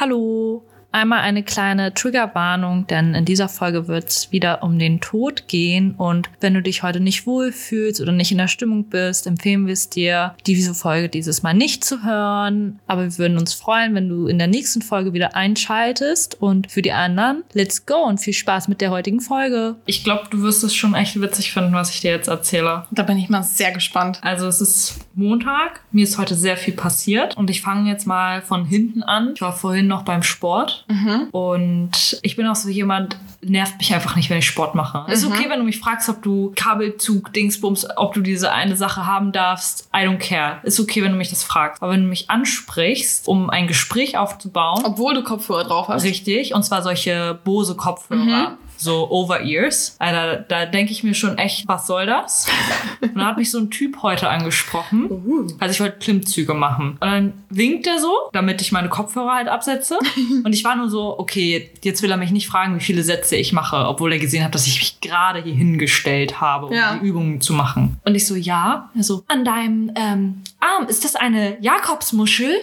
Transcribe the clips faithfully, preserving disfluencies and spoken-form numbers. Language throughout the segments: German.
Hallo! Einmal eine kleine Triggerwarnung, denn in dieser Folge wird es wieder um den Tod gehen. Und wenn du dich heute nicht wohlfühlst oder nicht in der Stimmung bist, empfehlen wir es dir, diese Folge dieses Mal nicht zu hören. Aber wir würden uns freuen, wenn du in der nächsten Folge wieder einschaltest. Und für die anderen, let's go und viel Spaß mit der heutigen Folge. Ich glaube, du wirst es schon echt witzig finden, was ich dir jetzt erzähle. Da bin ich mal sehr gespannt. Also es ist Montag, mir ist heute sehr viel passiert. Und ich fange jetzt mal von hinten an. Ich war vorhin noch beim Sport. Mhm. Und ich bin auch so jemand, nervt mich einfach nicht, wenn ich Sport mache. Mhm. Ist okay, wenn du mich fragst, ob du Kabelzug, Dingsbums, ob du diese eine Sache haben darfst. I don't care. Ist okay, wenn du mich das fragst. Aber wenn du mich ansprichst, um ein Gespräch aufzubauen. Obwohl du Kopfhörer drauf hast. Richtig. Und zwar solche Bose-Kopfhörer. Mhm. So Over-Ears. Also, da denke ich mir schon echt, was soll das? Und dann hat mich so ein Typ heute angesprochen. Uh. Also ich wollte Klimmzüge machen. Und dann winkt er so, damit ich meine Kopfhörer halt absetze. Und ich war nur so, okay, jetzt will er mich nicht fragen, wie viele Sätze ich mache, obwohl er gesehen hat, dass ich mich gerade hier hingestellt habe, um ja. die Übungen zu machen. Und ich so, ja. Er so, an deinem ähm, Arm, ist das eine Jakobsmuschel?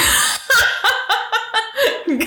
Geil.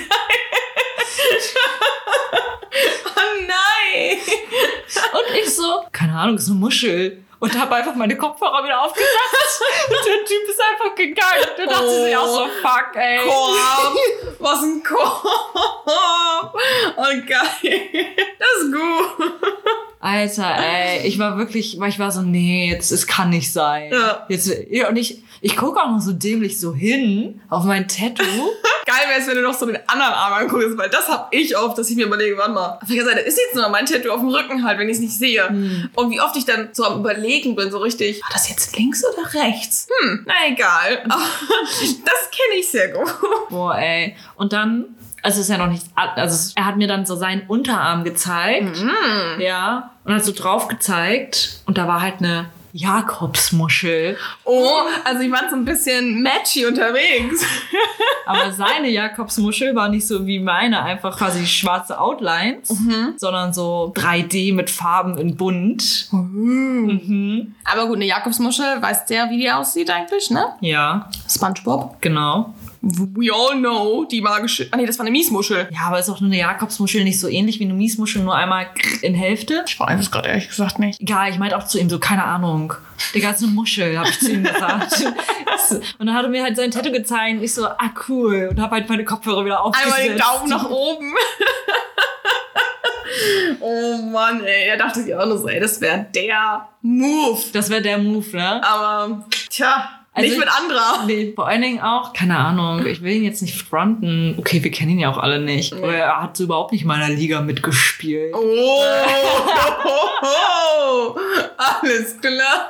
Nein! Und ich so, keine Ahnung, ist eine Muschel. Und habe einfach meine Kopfhörer wieder aufgesetzt. Und der Typ ist einfach gegangen. Der dachte oh. sich auch so, fuck, ey. Korb. Was ein Korb. Oh, geil. Das ist gut. Alter, ey, ich war wirklich, weil ich war so, nee, jetzt, es kann nicht sein. Ja. Jetzt, ja, und ich, ich gucke auch noch so dämlich so hin auf mein Tattoo. Geil wäre es, wenn du noch so den anderen Arm anguckst, weil das hab ich oft, dass ich mir überlege, warte mal, auf welcher Seite ist jetzt nur mein Tattoo auf dem Rücken halt, wenn ich es nicht sehe. Hm. Und wie oft ich dann so am Überlegen bin, so richtig, war das jetzt links oder rechts? Hm, na egal. Das kenne ich sehr gut. Boah, ey. Und dann, also ist ja noch nicht, also er hat mir dann so seinen Unterarm gezeigt. Mhm. Ja. Und hat so drauf gezeigt. Und da war halt eine Jakobsmuschel. Oh, also ich war so ein bisschen matchy unterwegs. Aber seine Jakobsmuschel war nicht so wie meine, einfach quasi schwarze Outlines, mhm. sondern so drei D mit Farben in bunt. Mhm. Mhm. Aber gut, eine Jakobsmuschel, weißt du ja, wie die aussieht eigentlich, ne? Ja. SpongeBob. Genau. We all know, die magische... Ah nee, das war eine Miesmuschel. Ja, aber ist auch eine Jakobsmuschel nicht so ähnlich wie eine Miesmuschel, nur einmal in Hälfte? Ich weiß es gerade ehrlich gesagt nicht. Egal, ich meinte auch zu ihm so, keine Ahnung. Digga, ist eine Muschel, hab ich zu ihm gesagt. Und dann hat er mir halt sein Tattoo gezeigt und ich so, ah cool. Und hab halt meine Kopfhörer wieder aufgesetzt. Einmal den Daumen nach oben. Oh Mann, ey. Er dachte sich auch nur so, ey, das wäre der Move. Das wäre der Move, ne? Aber, tja... Also nicht mit Andra. Nee, vor allen Dingen auch, keine Ahnung, ich will ihn jetzt nicht fronten. Okay, wir kennen ihn ja auch alle nicht. Aber er hat so überhaupt nicht in meiner Liga mitgespielt. Oh, oh, oh, oh. Alles klar.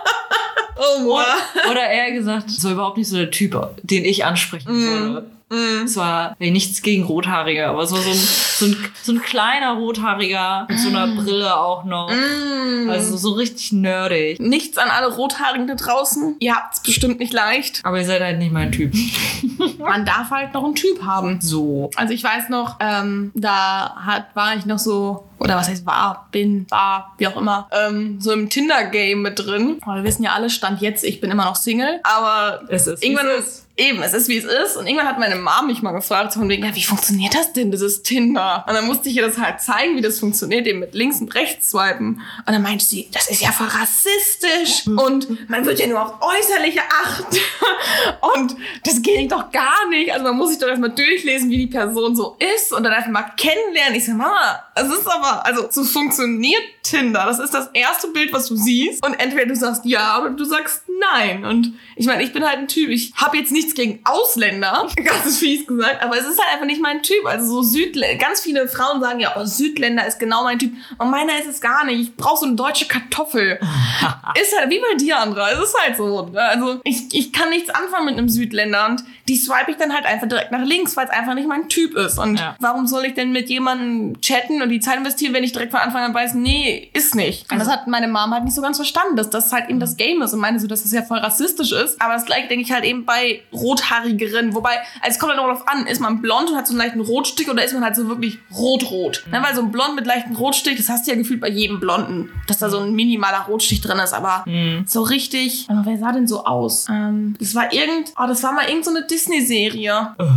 Oh, wow. Oder, oder eher gesagt, so überhaupt nicht so der Typ, den ich ansprechen mm. würde. Mm. Es war ey, nichts gegen Rothaarige, aber es war so ein, so ein, so ein kleiner Rothaariger mit so einer Brille auch noch. Mm. Also so richtig nerdig. Nichts an alle Rothaarigen da draußen. Ihr habt es bestimmt nicht leicht. Aber ihr seid halt nicht mein Typ. Man darf halt noch einen Typ haben. So. Also ich weiß noch, ähm, da hat, war ich noch so... Oder was heißt war, bin, war, wie auch immer, ähm, so im Tinder-Game mit drin. Aber wir wissen ja alle, Stand jetzt, ich bin immer noch Single. Aber es ist, irgendwann wie es ist. Eben, es ist, wie es ist. Und irgendwann hat meine Mom mich mal gefragt, so von wegen, ja, wie funktioniert das denn, dieses Tinder? Und dann musste ich ihr das halt zeigen, wie das funktioniert, eben mit links und rechts swipen. Und dann meinte sie, das ist ja voll rassistisch. Und man wird ja nur auf Äußerliche achten. Und das geht doch gar nicht. Also man muss sich doch erstmal durchlesen, wie die Person so ist. Und dann einfach mal kennenlernen. Ich so, Mama, es ist aber, also so funktioniert Tinder. Das ist das erste Bild, was du siehst. Und entweder du sagst ja oder du sagst nein. Und ich meine, ich bin halt ein Typ. Ich habe jetzt nichts gegen Ausländer, ganz fies gesagt, aber es ist halt einfach nicht mein Typ. Also so Südländer, ganz viele Frauen sagen ja, oh, Südländer ist genau mein Typ. Und meiner ist es gar nicht. Ich brauche so eine deutsche Kartoffel. Ist halt wie bei dir, Andra. Es ist halt so. Also ich, ich kann nichts anfangen mit einem Südländer und die swipe ich dann halt einfach direkt nach links, weil es einfach nicht mein Typ ist. Und ja. warum soll ich denn mit jemandem chatten und die Zeit investieren, wenn ich direkt von Anfang an weiß, nee, ist nicht. Und das hat meine Mom halt nicht so ganz verstanden, dass das halt eben das Game ist und meine so, dass das ja voll rassistisch ist. Aber das gleiche denke ich halt eben bei Rothaarigeren. Wobei, also es kommt halt auch darauf an, ist man blond und hat so einen leichten Rotstich oder ist man halt so wirklich rot-rot? Mhm. Ne, weil so ein Blond mit leichten Rotstich, das hast du ja gefühlt bei jedem Blonden, dass da so ein minimaler Rotstich drin ist. Aber mhm. so richtig, aber wer sah denn so aus? Ähm, das war irgend, oh, das war mal irgend so eine Disney-Serie. Uh-huh.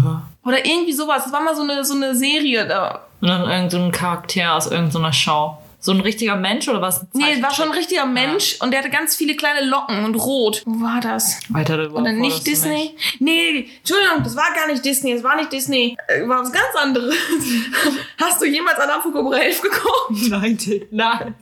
Oder irgendwie sowas. Das war mal so eine, so eine Serie da. Und dann irgendein so ein Charakter aus irgendeiner Show. So ein richtiger Mensch oder was? Nee, war schon ein richtiger Mensch ja. und der hatte ganz viele kleine Locken und rot. Wo war das? Weiter Oder nicht Disney? Nicht. Nee, Entschuldigung, das war gar nicht Disney, das war nicht Disney. Äh, war was ganz anderes. Hast du jemals Alarm für Cobra elf geguckt? Nein, nein.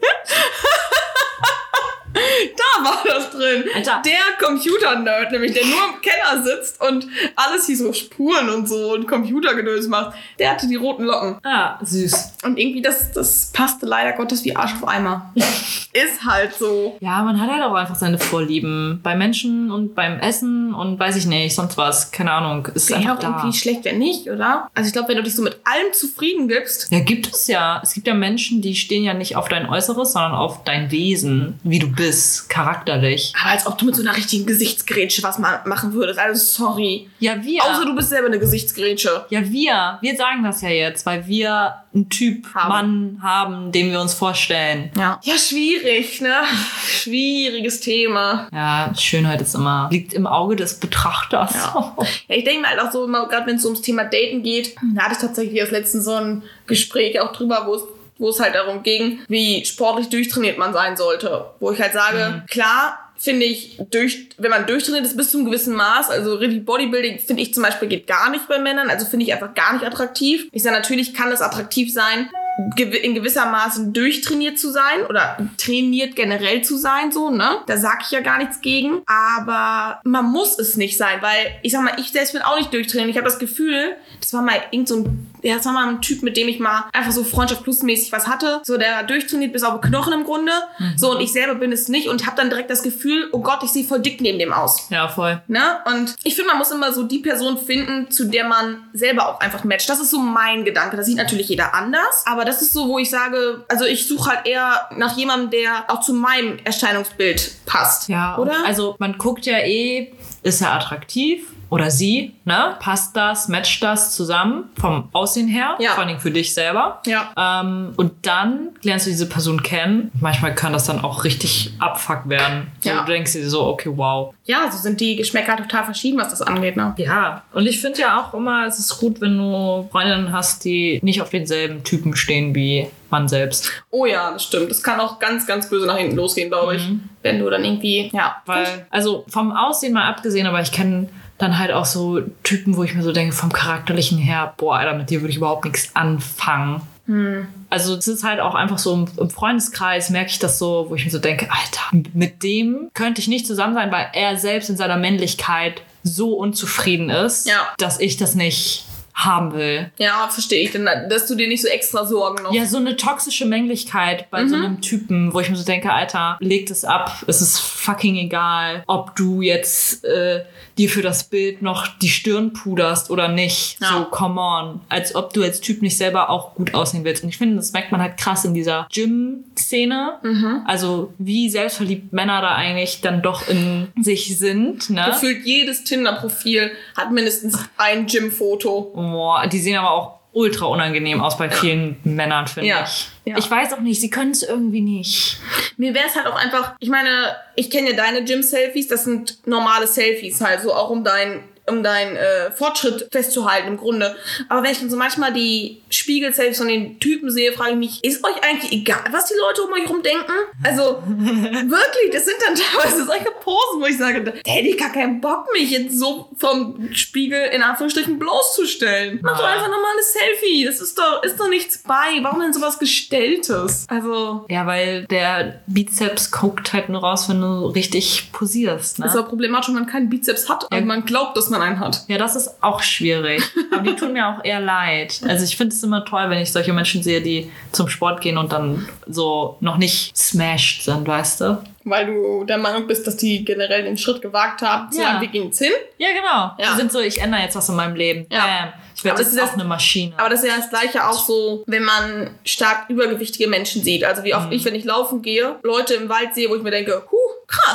Da war das drin. Alter. Der Computer-Nerd, nämlich der nur im Keller sitzt und alles hier so Spuren und so und Computergedöns macht. Der hatte die roten Locken. Ah, süß. Und irgendwie, das, das passte leider Gottes wie Arsch auf Eimer. Ist halt so. Ja, man hat halt auch einfach seine Vorlieben. Bei Menschen und beim Essen und weiß ich nicht, sonst was. Keine Ahnung. Ist Wäre einfach auch da. irgendwie schlecht, wenn nicht, oder? Also ich glaube, wenn du dich so mit allem zufrieden gibst. Ja, gibt es ja. Es gibt ja Menschen, die stehen ja nicht auf dein Äußeres, sondern auf dein Wesen, wie du bist, charakterlich. Aber als ob du mit so einer richtigen Gesichtsgrätsche was ma- machen würdest. Also sorry. Ja, wir. Außer du bist selber eine Gesichtsgrätsche. Ja, wir. Wir sagen das ja jetzt, weil wir einen Typ Haben. Mann haben, den wir uns vorstellen. Ja. Ja, schwierig, ne? Schwieriges Thema. Ja, Schönheit ist immer, liegt im Auge des Betrachters. Ja. Ja, ich denke mir halt auch so, gerade wenn es so ums Thema Daten geht, da hatte ich tatsächlich erst letztens so ein Gespräch auch drüber, wo es wo es halt darum ging, wie sportlich durchtrainiert man sein sollte. Wo ich halt sage, mhm. klar, finde ich, durch, wenn man durchtrainiert ist bis zu einem gewissen Maß, also richtig Bodybuilding, finde ich zum Beispiel geht gar nicht bei Männern, also finde ich einfach gar nicht attraktiv. Ich sage, natürlich kann es attraktiv sein, in gewisser Maßen durchtrainiert zu sein oder trainiert generell zu sein, so, ne? Da sag ich ja gar nichts gegen, aber man muss es nicht sein, weil, ich sag mal, ich selbst bin auch nicht durchtrainiert. Ich habe das Gefühl, das war mal irgend so ein, ja, das war mal ein Typ, mit dem ich mal einfach so Freundschaft plusmäßig was hatte, so, der war durchtrainiert bis auf den Knochen im Grunde, mhm. so, und ich selber bin es nicht und habe dann direkt das Gefühl, oh Gott, ich sehe voll dick neben dem aus. Ja, voll. Ne? Und ich finde, man muss immer so die Person finden, zu der man selber auch einfach matcht. Das ist so mein Gedanke. Das sieht natürlich jeder anders, aber das ist so, wo ich sage, also ich suche halt eher nach jemandem, der auch zu meinem Erscheinungsbild passt. Ja, oder? Also man guckt ja eh, ist er attraktiv? Oder sie, ne? Passt das, matcht das zusammen vom Aussehen her? Ja. Vor allem für dich selber. Ja. Ähm, und dann lernst du diese Person kennen. Manchmal kann das dann auch richtig abfuck werden. So, Ja. Du denkst dir so, okay, wow. Ja, so sind die Geschmäcker total verschieden, was das angeht, ne? Ja, und ich finde ja auch immer, es ist gut, wenn du Freundinnen hast, die nicht auf denselben Typen stehen wie man selbst. Oh ja, das stimmt. Das kann auch ganz, ganz böse nach hinten losgehen, glaube ich. Mhm. Wenn du dann irgendwie, ja. Weil, also vom Aussehen mal abgesehen, aber ich kenne dann halt auch so Typen, wo ich mir so denke, vom Charakterlichen her, boah, Alter, mit dir würde ich überhaupt nichts anfangen. Hm. Also es ist halt auch einfach so im, im Freundeskreis, merke ich das so, wo ich mir so denke, Alter, mit dem könnte ich nicht zusammen sein, weil er selbst in seiner Männlichkeit so unzufrieden ist, Ja. dass ich das nicht haben will. Ja, verstehe ich. Denn, dass du dir nicht so extra Sorgen noch... Ja, so eine toxische Männlichkeit bei mhm. so einem Typen, wo ich mir so denke, Alter, leg das ab. Es ist fucking egal, ob du jetzt äh, dir für das Bild noch die Stirn puderst oder nicht. Ja. So, come on. Als ob du als Typ nicht selber auch gut aussehen willst. Und ich finde, das merkt man halt krass in dieser Gym-Szene. Mhm. Also, wie selbstverliebt Männer da eigentlich dann doch in sich sind. Ne? Gefühlt jedes Tinder-Profil hat mindestens ein Gym-Foto. Boah, die sehen aber auch ultra unangenehm aus bei vielen Männern, finde Ja. ich. Ja. Ich weiß auch nicht, sie können es irgendwie nicht. Mir wäre es halt auch einfach, ich meine, ich kenne ja deine Gym-Selfies, das sind normale Selfies halt, so auch um dein um deinen äh, Fortschritt festzuhalten im Grunde. Aber wenn ich dann so manchmal die Spiegel-Selfies von den Typen sehe, frage ich mich, ist euch eigentlich egal, was die Leute um euch rum denken? Also wirklich, das sind dann teilweise solche Posen, wo ich sage, da hätte ich gar keinen Bock, mich jetzt so vom Spiegel in Anführungsstrichen bloßzustellen. Mach doch einfach nochmal eine Selfie, das ist doch, ist doch nichts bei. Warum denn sowas Gestelltes? Also... Ja, weil der Bizeps guckt halt nur raus, wenn du richtig posierst. Ne? Das ist auch problematisch, wenn man keinen Bizeps hat, aber Ja. man glaubt, dass man einen hat. Ja, das ist auch schwierig. Aber die tun mir auch eher leid. Also ich finde es immer toll, wenn ich solche Menschen sehe, die zum Sport gehen und dann so noch nicht smashed sind, weißt du? Weil du der Meinung bist, dass die generell den Schritt gewagt haben, zu Ja. sagen, wir gehen jetzt hin. Ja, genau. Ja. Die sind so, ich ändere jetzt was in meinem Leben. Ja. Bam. Ich werde Aber das jetzt ist auch das- eine Maschine. Aber das ist ja das Gleiche auch so, wenn man stark übergewichtige Menschen sieht. Also wie oft Mhm. ich, wenn ich laufen gehe, Leute im Wald sehe, wo ich mir denke, huh, krass,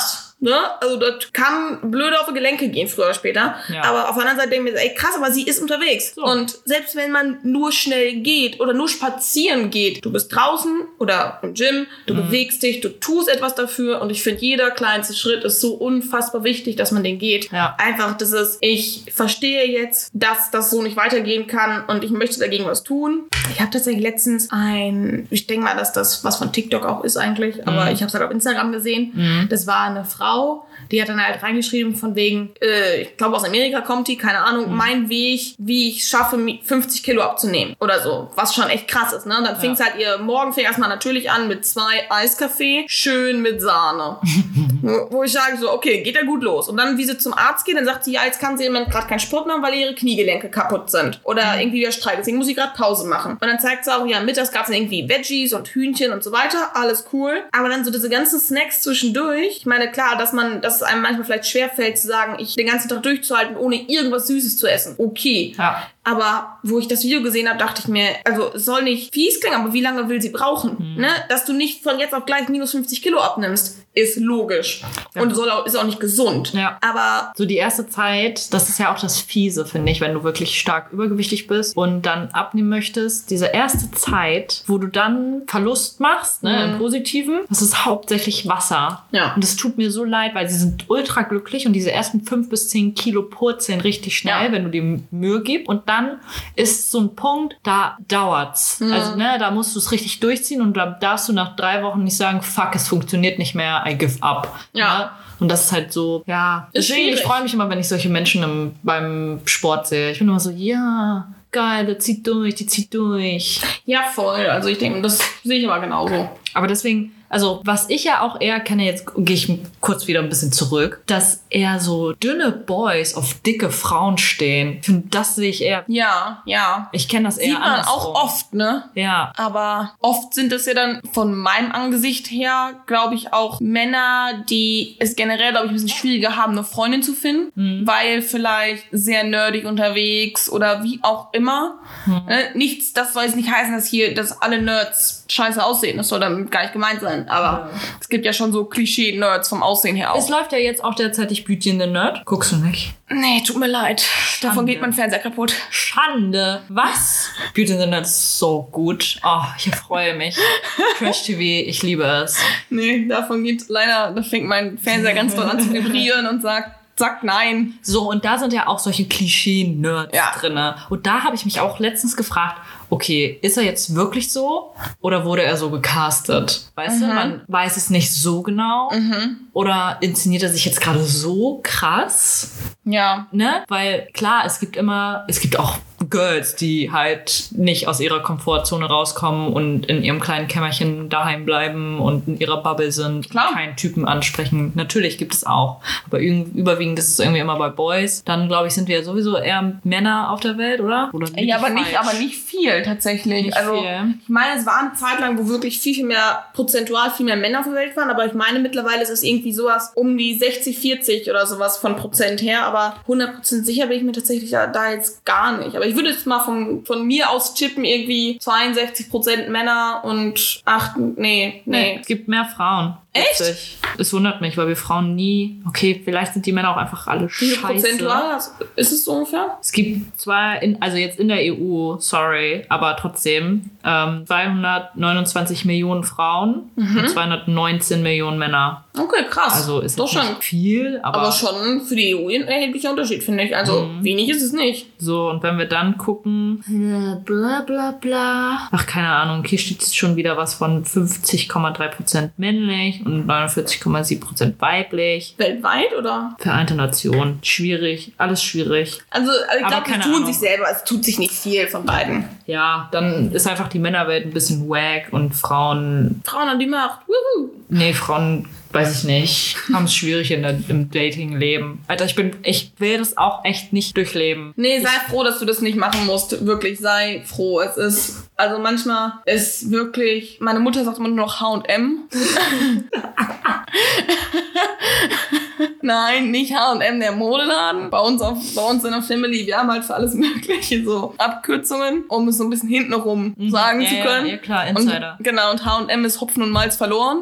ne? Also das kann blöde auf die Gelenke gehen, früher oder später. Ja. Aber auf der anderen Seite denke ich mir, ey krass, aber sie ist unterwegs. So. Und selbst wenn man nur schnell geht oder nur spazieren geht, du bist draußen oder im Gym, du mhm. bewegst dich, du tust etwas dafür und ich finde, jeder kleinste Schritt ist so unfassbar wichtig, dass man den geht. Ja. Einfach, das ist, ich verstehe jetzt, dass das so nicht weitergehen kann und ich möchte dagegen was tun. Ich habe tatsächlich letztens ein, ich denke mal, dass das was von TikTok auch ist eigentlich, aber mhm. ich habe es halt auf Instagram gesehen. Mhm. Das war eine Frau, die hat dann halt reingeschrieben von wegen, äh, ich glaube aus Amerika kommt die, keine Ahnung, mhm. mein Weg, wie ich schaffe, fünfzig Kilo abzunehmen oder so, was schon echt krass ist, ne? Und dann ja. fing es halt ihr Morgen fing erstmal natürlich an mit zwei Eiskaffee, schön mit Sahne. Wo ich sage so, okay, geht ja gut los. Und dann, wie sie zum Arzt geht, dann sagt sie, ja, jetzt kann sie im Moment gerade keinen Sport machen, weil ihre Kniegelenke kaputt sind. Oder mhm. irgendwie wieder Streit. Deswegen muss sie gerade Pause machen. Und dann zeigt sie auch, ja, mittags gab es dann irgendwie Veggies und Hühnchen und so weiter. Alles cool. Aber dann so diese ganzen Snacks zwischendurch. Ich meine, klar, dass man, dass es einem manchmal vielleicht schwerfällt zu sagen, ich den ganzen Tag durchzuhalten, ohne irgendwas Süßes zu essen. Okay. Ja. Aber wo ich das Video gesehen habe, dachte ich mir, also es soll nicht fies klingen, aber wie lange will sie brauchen? Mhm. Ne? Dass du nicht von jetzt auf gleich minus fünfzig Kilo abnimmst, ist logisch. Ja. Und soll auch, ist auch nicht gesund. Ja. Aber so die erste Zeit, das ist ja auch das Fiese, finde ich, wenn du wirklich stark übergewichtig bist und dann abnehmen möchtest. Diese erste Zeit, wo du dann Verlust machst, ne, mhm. im Positiven, das ist hauptsächlich Wasser. Ja. Und das tut mir so leid, weil sie sind ultra glücklich und diese ersten fünf bis zehn Kilo purzeln richtig schnell, ja. wenn du dir Mühe gibst. Und dann Dann ist so ein Punkt, da dauert's. Mhm. Also, ne, da musst du es richtig durchziehen und da darfst du nach drei Wochen nicht sagen, fuck, es funktioniert nicht mehr, I give up. Ja. Ne? Und das ist halt so, ja. Deswegen, ich freue mich immer, wenn ich solche Menschen im, beim Sport sehe. Ich bin immer so, ja, geil, der zieht durch, die zieht durch. Ja, voll. Also ich denke, das sehe ich aber genauso. Aber deswegen, also was ich ja auch eher kenne, jetzt gehe ich kurz wieder ein bisschen zurück, dass eher so dünne Boys auf dicke Frauen stehen. Ich finde, das sehe ich eher. Ja, ja. Ich kenne das eher Sieht man andersrum. auch oft, ne? Ja. Aber oft sind es ja dann von meinem Angesicht her, glaube ich, auch Männer, die es generell, glaube ich, ein bisschen schwieriger haben, eine Freundin zu finden, mhm. weil vielleicht sehr nerdig unterwegs oder wie auch immer. Mhm. Nichts, das soll jetzt nicht heißen, dass hier, dass alle Nerds scheiße aussehen. Das soll damit gar nicht gemeint sein. Aber ja. es gibt ja schon so Klischee-Nerds vom Aussehen her auch. Es läuft ja jetzt auch derzeitig Beauty in the Nerd. Guckst du nicht? Nee, tut mir leid. Schande. Davon geht mein Fernseher kaputt. Schande. Was? Beauty in the Nerd ist so gut. Oh, ich freue mich. Trash-T V, ich liebe es. Nee, davon geht leider, da fängt mein Fernseher ganz doll an zu vibrieren und sagt, sagt nein. So, und da sind ja auch solche Klischee-Nerds ja. drinne. Und da habe ich mich auch letztens gefragt, okay, ist er jetzt wirklich so oder wurde er so gecastet? Weißt mhm. du, man weiß es nicht so genau. Mhm. Oder inszeniert er sich jetzt gerade so krass? Ja. Ne? Weil klar, es gibt immer, es gibt auch Girls, die halt nicht aus ihrer Komfortzone rauskommen und in ihrem kleinen Kämmerchen daheim bleiben und in ihrer Bubble sind, Klar. keinen Typen ansprechen. Natürlich gibt es auch. Aber überwiegend ist es irgendwie immer bei Boys. Dann, glaube ich, sind wir ja sowieso eher Männer auf der Welt, oder? oder ja, aber nicht, aber nicht viel tatsächlich. Nicht also viel. Ich meine, es war eine Zeit lang, wo wirklich viel, viel mehr, prozentual viel mehr Männer auf der Welt waren. Aber ich meine, mittlerweile ist es irgendwie sowas um die sechzig, vierzig oder sowas von Prozent her. Aber hundert Prozent sicher bin ich mir tatsächlich da jetzt gar nicht. Aber ich würde jetzt mal von, von mir aus tippen, irgendwie zweiundsechzig Prozent Männer und acht, nee, nee. nee. Es gibt mehr Frauen. Echt? Witzig. Es wundert mich, weil wir Frauen nie, okay, vielleicht sind die Männer auch einfach alle Wie scheiße. Prozentual ist es so ungefähr? Es gibt zwar, in, also jetzt in der E U, sorry, aber trotzdem, ähm, zweihundertneunundzwanzig Millionen Frauen mhm. und zweihundertneunzehn Millionen Männer. Okay, krass. Also ist Doch nicht schon viel, aber... Aber schon für die E U ein erheblicher Unterschied, finde ich. Also mhm. wenig ist es nicht. So, und wenn wir dann gucken, bla bla bla, ach, keine Ahnung, hier steht jetzt schon wieder was von fünfzig Komma drei Prozent männlich und neunundvierzig Komma sieben Prozent weiblich. Weltweit, oder? Vereinte Nation. Schwierig. Alles schwierig. Also, also ich glaube, sie tun Ahnung. sich selber. Es tut sich nicht viel von beiden. Ja, dann ist einfach die Männerwelt ein bisschen wack und Frauen... Frauen an die Macht. Wuhu. Nee, Frauen... Weiß ich nicht. Haben es schwierig in der, im Dating-Leben. Alter, ich bin, ich will das auch echt nicht durchleben. Nee, sei ich, froh, dass du das nicht machen musst. Wirklich, sei froh. Es ist, also manchmal ist wirklich, meine Mutter sagt immer nur noch H und M. Nein, nicht H und M, der Modeladen. Bei uns, auf, bei uns in der Family, wir haben halt für alles Mögliche so Abkürzungen, um es so ein bisschen hintenrum Mhm. sagen ja, zu können. Ja, ja, klar, Insider. Und, genau, und H und M ist Hopfen und Malz verloren.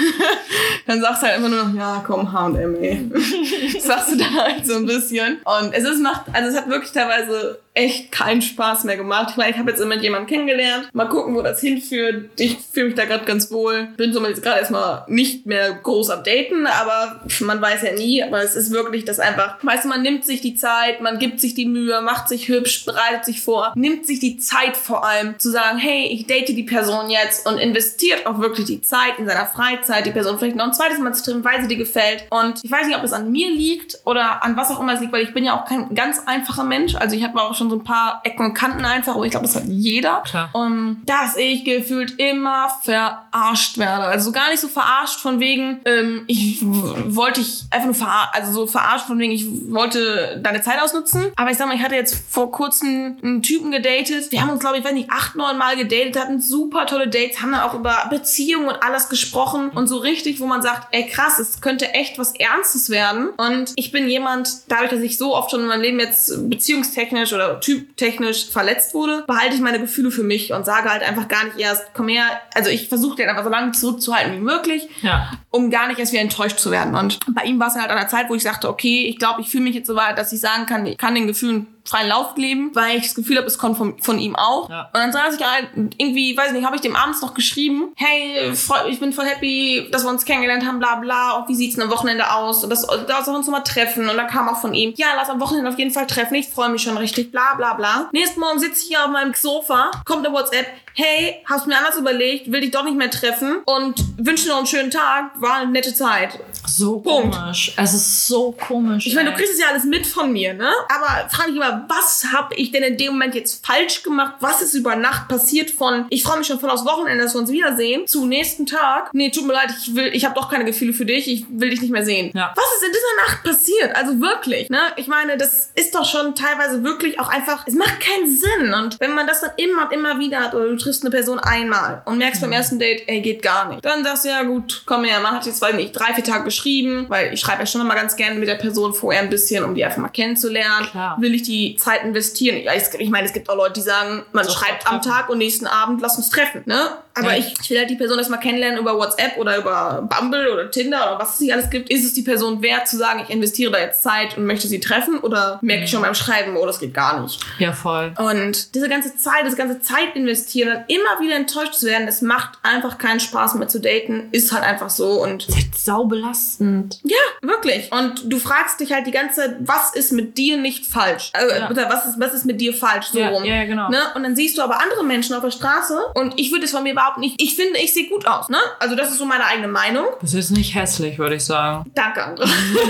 Dann sagst du halt immer nur noch, ja, komm, H und M, ey. Das sagst du da halt so ein bisschen. Und es ist macht, also es hat wirklich teilweise echt keinen Spaß mehr gemacht. Ich meine, ich habe jetzt immer jemanden kennengelernt. Mal gucken, wo das hinführt. Ich fühle mich da gerade ganz wohl. Bin so jetzt gerade erstmal nicht mehr groß am Daten, aber man weiß ja nie. Aber es ist wirklich das einfach, weißt du, man nimmt sich die Zeit, man gibt sich die Mühe, macht sich hübsch, bereitet sich vor, nimmt sich die Zeit vor allem, zu sagen, hey, ich date die Person jetzt und investiert auch wirklich die Zeit in seiner Freizeit, die Person vielleicht noch ein zweites Mal zu treffen, weil sie dir gefällt. Und ich weiß nicht, ob es an mir liegt oder an was auch immer es liegt, weil ich bin ja auch kein ganz einfacher Mensch. Also ich habe auch schon so ein paar Ecken und Kanten einfach, aber ich glaube, das hat jeder. Klar. Und dass ich gefühlt immer verarscht werde. Also gar nicht so verarscht von wegen, ähm, ich w- wollte ich einfach nur verarscht, also so verarscht von wegen, ich wollte deine Zeit ausnutzen. Aber ich sag mal, ich hatte jetzt vor kurzem einen Typen gedatet. Wir haben uns, glaube ich, weiß nicht, acht, neun Mal gedatet, hatten super tolle Dates, haben dann auch über Beziehungen und alles gesprochen und so richtig, wo man sagt, ey krass, es könnte echt was Ernstes werden. Und ich bin jemand, dadurch, dass ich so oft schon in meinem Leben jetzt beziehungstechnisch oder typtechnisch verletzt wurde, behalte ich meine Gefühle für mich und sage halt einfach gar nicht erst, komm her, also ich versuche den einfach so lange zurückzuhalten wie möglich, Ja. um gar nicht erst wieder enttäuscht zu werden. Und bei ihm war es halt an der Zeit, wo ich sagte, okay, ich glaube, ich fühle mich jetzt so weit, dass ich sagen kann, ich kann den Gefühlen freien Lauf leben, weil ich das Gefühl habe, es kommt von, von ihm auch. Ja. Und dann saß ich halt irgendwie, weiß nicht, habe ich dem abends noch geschrieben, hey, freu, ich bin voll happy, dass wir uns kennengelernt haben, bla bla, und wie sieht's denn am Wochenende aus? Und das, da sollen wir uns nochmal treffen. Und dann kam auch von ihm, ja, lass am Wochenende auf jeden Fall treffen, ich freue mich schon richtig, bla bla bla. Nächsten Morgen sitze ich hier auf meinem Sofa, kommt eine WhatsApp, hey, hast mir anders überlegt, will dich doch nicht mehr treffen und wünsche dir noch einen schönen Tag, war eine nette Zeit. So Punkt. komisch. Es ist so komisch. Ich meine, du ey. kriegst es ja alles mit von mir, ne? Aber frage ich immer, was habe ich denn in dem Moment jetzt falsch gemacht? Was ist über Nacht passiert von, ich freue mich schon voll aufs Wochenende, dass wir uns wiedersehen, zu nächsten Tag, nee, tut mir leid, ich will, ich habe doch keine Gefühle für dich, ich will dich nicht mehr sehen. Ja. Was ist in dieser Nacht passiert? Also wirklich, ne? Ich meine, das ist doch schon teilweise wirklich auch einfach, es macht keinen Sinn. Und wenn man das dann immer und immer wieder hat, oder du triffst eine Person einmal und merkst beim ersten Date, ey, geht gar nicht. Dann sagst du, ja gut, komm her, man hat jetzt, weiß nicht, drei, vier Tage geschrieben, weil ich schreibe ja schon immer ganz gerne mit der Person vorher ein bisschen, um die einfach mal kennenzulernen. Klar. Will ich die Zeit investieren? Ja, ich, ich meine, es gibt auch Leute, die sagen, man Sofort schreibt am treffen. Tag und nächsten Abend, lass uns treffen, ne? Aber Ja. ich, ich will halt die Person erstmal kennenlernen über WhatsApp oder über Bumble oder Tinder oder was es nicht alles gibt. Ist es die Person wert zu sagen, ich investiere da jetzt Zeit und möchte sie treffen? Oder merke ich schon beim Schreiben, oh, das geht gar nicht. Ja, voll. Und diese ganze Zeit, das ganze Zeit investieren, dann immer wieder enttäuscht zu werden, das macht einfach keinen Spaß mehr zu daten, ist halt einfach so. Und Sau belastend. ja, wirklich. Und du fragst dich halt die ganze Zeit, was ist mit dir nicht falsch? Also, Ja. oder was ist, was ist mit dir falsch? So Ja, rum. ja, genau. Ne? Und dann siehst du aber andere Menschen auf der Straße und ich würde es von mir überhaupt nicht, ich finde, ich sehe gut aus, ne? Also das ist so meine eigene Meinung. Das ist nicht hässlich, würde ich sagen. Danke, Andre.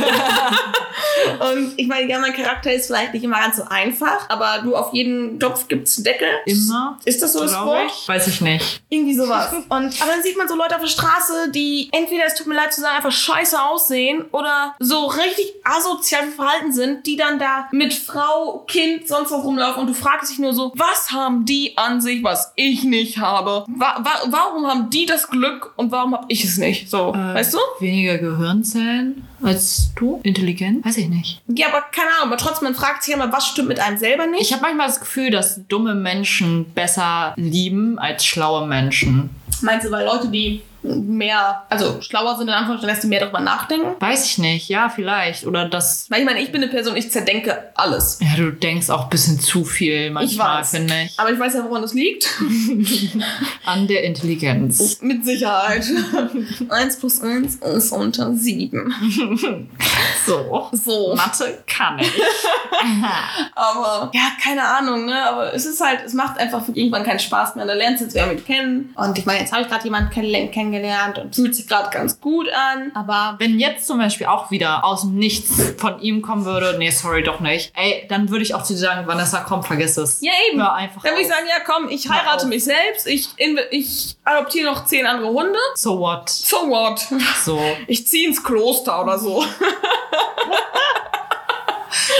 Und ich meine, ja, mein Charakter ist vielleicht nicht immer ganz so einfach, aber du, auf jeden Topf gibt's einen Deckel. Immer. Ist das so das Glaub Wort? ich. Weiß ich nicht. Irgendwie sowas. Und, aber dann sieht man so Leute auf der Straße, die entweder, es tut mir leid zu sagen, einfach scheiße aussehen oder so richtig asozial verhalten sind, die dann da mit Frau, Kind, sonst was rumlaufen und du fragst dich nur so, was haben die an sich, was ich nicht habe? Wa wa warum haben die das Glück und warum habe ich es nicht? So, Äh, weißt du? Weniger Gehirnzellen als du? Intelligent? Weiß ich nicht. Ja, aber keine Ahnung, aber trotzdem, man fragt sich immer, was stimmt mit einem selber nicht? Ich habe manchmal das Gefühl, dass dumme Menschen besser lieben als schlaue Menschen. Meinst du, weil Leute, die mehr, also schlauer sind in Anführungsstrichen, dass die mehr darüber nachdenken? Weiß ich nicht. Ja, vielleicht. Oder das... Weil ich meine, ich bin eine Person, ich zerdenke alles. Ja, du denkst auch ein bisschen zu viel Ich manchmal, weiß. finde ich. Aber ich weiß ja, woran das liegt. An der Intelligenz. Mit Sicherheit. Eins plus eins ist unter sieben. So. So. Mathe kann ich. Aber, ja, keine Ahnung, ne? Aber es ist halt, es macht einfach irgendwann keinen Spaß mehr. Da lernst du jetzt wer mit kennen. Und ich meine, jetzt habe ich gerade jemanden kenn kennengelernt und fühlt sich gerade ganz gut an. Aber Wenn jetzt zum Beispiel auch wieder aus dem Nichts von ihm kommen würde, nee, sorry, doch nicht, ey, dann würde ich auch zu dir sagen, Vanessa, komm, vergiss es. ja, eben. Hör einfach Dann würde ich auf. sagen, ja komm, ich Hör heirate auf. mich selbst. Ich, inve- ich adoptiere noch zehn andere Hunde. So what? So what? So. Ich ziehe ins Kloster oder so.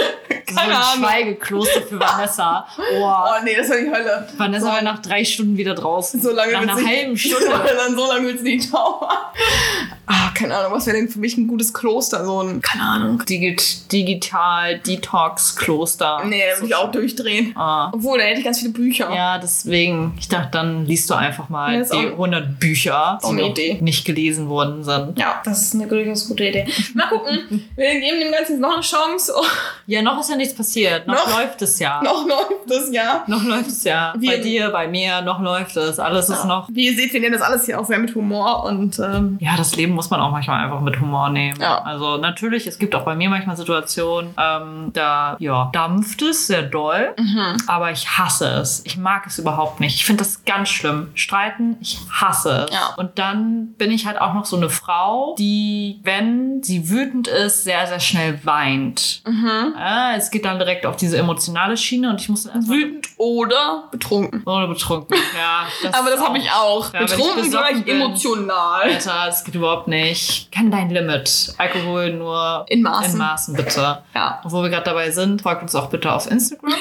Keine so ein Ahnung. Schweigekloster für Vanessa. Oh, Oh nee, das war die Hölle. Vanessa so, war nach drei Stunden wieder draußen. so lange nach wird's einer nicht- halben Stunde. Dann so lange wird es nicht dauern. Ah, keine Ahnung, was wäre denn für mich ein gutes Kloster? So ein, keine Ahnung. Digit Digital Detox Kloster. Nee, da würde ich auch durchdrehen. Ah. Obwohl, da hätte ich ganz viele Bücher. Ja, deswegen. Ich dachte, dann liest du einfach mal Ja, ist die auch- hundert Bücher, auch die eine noch Idee. nicht gelesen worden sind. Ja, das ist eine durchaus gute Idee. Mal gucken. Wir geben dem Ganzen noch eine Chance. Oh, Ja, noch ist ja nichts passiert. Noch, Noch? läuft es ja. noch läuft das Jahr. Noch läuft es ja. Wir- Bei dir, bei mir, noch läuft es. Alles ist noch. Wie ihr seht, wir nehmen das alles hier auch sehr mit Humor und ähm, Ja, das Leben muss man auch manchmal einfach mit Humor nehmen. Ja. Also natürlich, es gibt auch bei mir manchmal Situationen, ähm, da ja, dampft es sehr doll, Mhm. aber ich hasse es. Ich mag es überhaupt nicht. Ich finde das ganz schlimm. Streiten, ich hasse es. Ja. Und dann bin ich halt auch noch so eine Frau, die, wenn sie wütend ist, sehr, sehr schnell weint. Mhm. Ja, es geht dann direkt auf diese emotionale Schiene und ich muss dann erstmal wütend oder betrunken. oder betrunken. Ja, das Aber das ist habe ich auch. Ja, wenn ich Betrunken besoffen gleich bin. emotional. Alter, das geht überhaupt nicht. Kenn dein Limit. Alkohol nur In Maßen. In Maßen, bitte. Ja. Und wo wir gerade dabei sind, folgt uns auch bitte auf Instagram.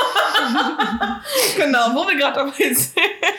Genau, wo wir gerade dabei sind.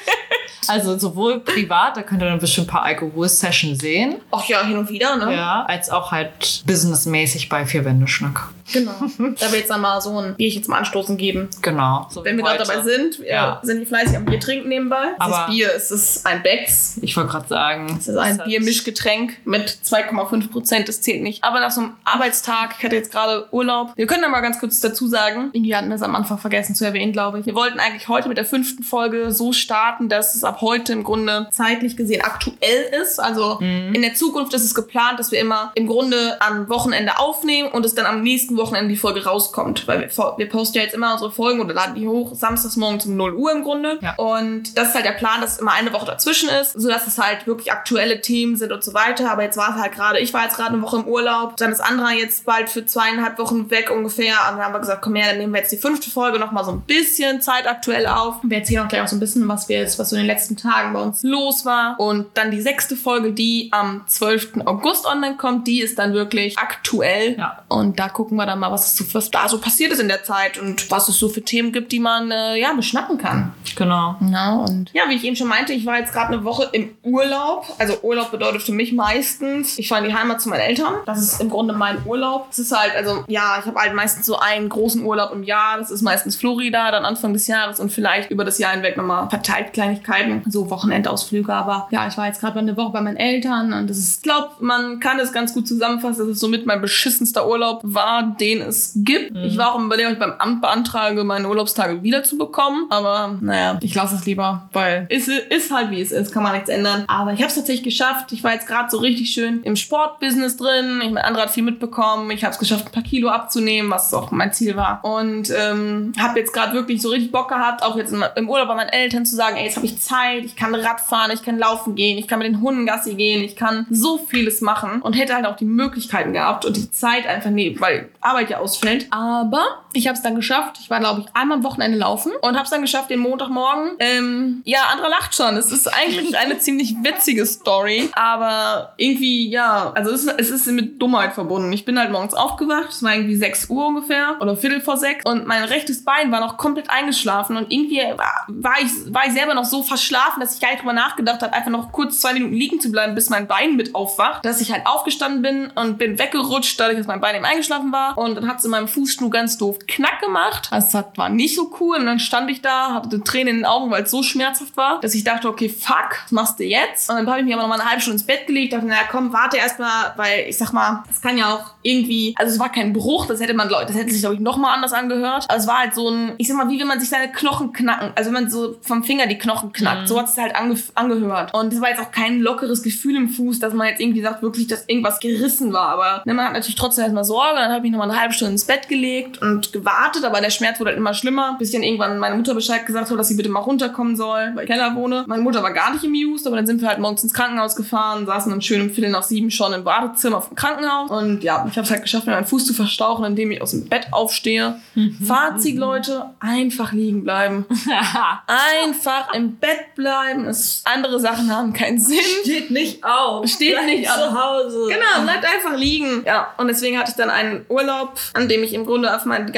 Also sowohl privat, da könnt ihr dann bestimmt ein paar Alkohol-Sessions sehen. Ach ja, hin und wieder, ne? Ja, als auch halt businessmäßig bei Vier-Wände-Schnack. Genau. Da wird jetzt dann mal so ein Bierchen zum Anstoßen geben. Genau. So Wenn wie wir gerade heute. dabei sind, wir Ja. sind wir fleißig am Bier trinken nebenbei. Das Aber- ist Bier, es ist ein Becks. Ich wollte gerade sagen. Es ist ein hat- Biermischgetränk mit zwei Komma fünf Prozent, das zählt nicht. Aber nach so einem Arbeitstag, ich hatte jetzt gerade Urlaub. Wir können da mal ganz kurz dazu sagen, irgendwie hatten wir es am Anfang vergessen zu erwähnen, glaube ich. Wir wollten eigentlich heute mit der fünften Folge so starten, dass es ab heute im Grunde zeitlich gesehen aktuell ist. Also Mhm. in der Zukunft ist es geplant, dass wir immer im Grunde am Wochenende aufnehmen und es dann am nächsten Wochenende die Folge rauskommt. Weil wir, wir posten ja jetzt immer unsere Folgen oder laden die hoch, samstags morgens um null Uhr im Grunde. Ja. Und das ist halt der Plan, dass immer eine Woche dazwischen ist, sodass es halt wirklich aktuelle Themen sind und so weiter. Aber jetzt war es halt gerade, ich war jetzt gerade eine Woche im Urlaub, dann ist Andra jetzt bald für zweieinhalb Wochen weg ungefähr. Und dann haben wir gesagt, komm her, dann nehmen wir jetzt die fünfte Folge nochmal so ein bisschen zeitaktuell auf. Wir erzählen auch gleich auch so ein bisschen, was wir jetzt, was so in den letzten Tagen bei uns los war. Und dann die sechste Folge, die am zwölften August online kommt, die ist dann wirklich aktuell. Ja. Und da gucken wir dann mal, was, es so, was da so passiert ist in der Zeit und was es so für Themen gibt, die man äh, ja beschnappen kann. Genau. Ja, und ja, wie ich eben schon meinte, ich war jetzt gerade eine Woche im Urlaub. Also Urlaub bedeutet für mich meistens, ich fahre in die Heimat zu meinen Eltern. Das ist im Grunde mein Urlaub. Es ist halt, also ja, ich habe halt meistens so einen großen Urlaub im Jahr. Das ist meistens Florida, dann Anfang des Jahres und vielleicht über das Jahr hinweg nochmal verteilt Kleinigkeiten, so Wochenendausflüge. Aber ja, ich war jetzt gerade mal eine Woche bei meinen Eltern und das ist, ich glaube, man kann es ganz gut zusammenfassen, dass es somit mein beschissenster Urlaub war, den es gibt. Mhm. Ich war auch im Überlegen, ob ich beim Amt beantrage, meine Urlaubstage wieder zu bekommen. Aber naja, ich lasse es lieber, weil es ist halt wie es ist, kann man nichts ändern. Aber ich habe es tatsächlich geschafft. Ich war jetzt gerade so richtig schön im Sportbusiness drin. Ich meine, andere hat viel mitbekommen. Ich habe es geschafft, ein paar Kilo abzunehmen, was auch mein Ziel war. Und ähm, habe jetzt gerade wirklich so richtig Bock gehabt, auch jetzt im, im Urlaub bei meinen Eltern zu sagen, ey, jetzt habe ich Zeit, ich kann Rad fahren, ich kann laufen gehen, ich kann mit den Hunden Gassi gehen, ich kann so vieles machen und hätte halt auch die Möglichkeiten gehabt und die Zeit einfach nicht, weil Arbeit ja ausfällt. Aber ich habe es dann geschafft. Ich war, glaube ich, einmal am Wochenende laufen und habe es dann geschafft, den Montagmorgen. Ähm, ja, Andra lacht schon. Es ist eigentlich eine ziemlich witzige Story, aber irgendwie, ja, also es ist, es ist mit Dummheit verbunden. Ich bin halt morgens aufgewacht, es war irgendwie sechs Uhr ungefähr oder Viertel vor sechs und mein rechtes Bein war noch komplett eingeschlafen und irgendwie war, war, ich, war ich selber noch so verschlafen, dass ich gar nicht drüber nachgedacht habe, einfach noch kurz zwei Minuten liegen zu bleiben, bis mein Bein mit aufwacht, dass ich halt aufgestanden bin und bin weggerutscht, dadurch, dass mein Bein eben eingeschlafen war und dann hat es in meinem Fuß nur ganz doof Knack gemacht. Das hat, war nicht so cool und dann stand ich da, hatte Tränen in den Augen, weil es so schmerzhaft war, dass ich dachte, okay, fuck, was machst du jetzt? Und dann habe ich mich aber noch mal eine halbe Stunde ins Bett gelegt, dachte, naja, komm, warte erst mal, weil ich sag mal, es kann ja auch irgendwie, also es war kein Bruch, das hätte man, das hätte sich, glaube ich, noch mal anders angehört. Aber es war halt so ein, ich sag mal, wie wenn man sich seine Knochen knacken, also wenn man so vom Finger die Knochen knackt, mhm. so hat es halt ange angehört. Und das war jetzt auch kein lockeres Gefühl im Fuß, dass man jetzt irgendwie sagt, wirklich, dass irgendwas gerissen war. Aber ne, man hat natürlich trotzdem erstmal Sorge, dann habe ich mich noch mal eine halbe Stunde ins Bett gelegt und gewartet, aber der Schmerz wurde halt immer schlimmer, bis ich dann irgendwann meine Mutter Bescheid gesagt hat, dass sie bitte mal runterkommen soll, weil ich im Keller wohne. Meine Mutter war gar nicht amused, aber dann sind wir halt morgens ins Krankenhaus gefahren, saßen dann schön um Viertel nach sieben schon im Badezimmer vom Krankenhaus und ja, ich habe es halt geschafft, mir meinen Fuß zu verstauchen, indem ich aus dem Bett aufstehe. Fazit, Leute, einfach liegen bleiben. Einfach im Bett bleiben. Es, andere Sachen haben keinen Sinn. Steht nicht auf. Steht Bleib nicht zu auf. Hause. Genau, bleibt einfach liegen. Ja, und deswegen hatte ich dann einen Urlaub, an dem ich im Grunde auf meine,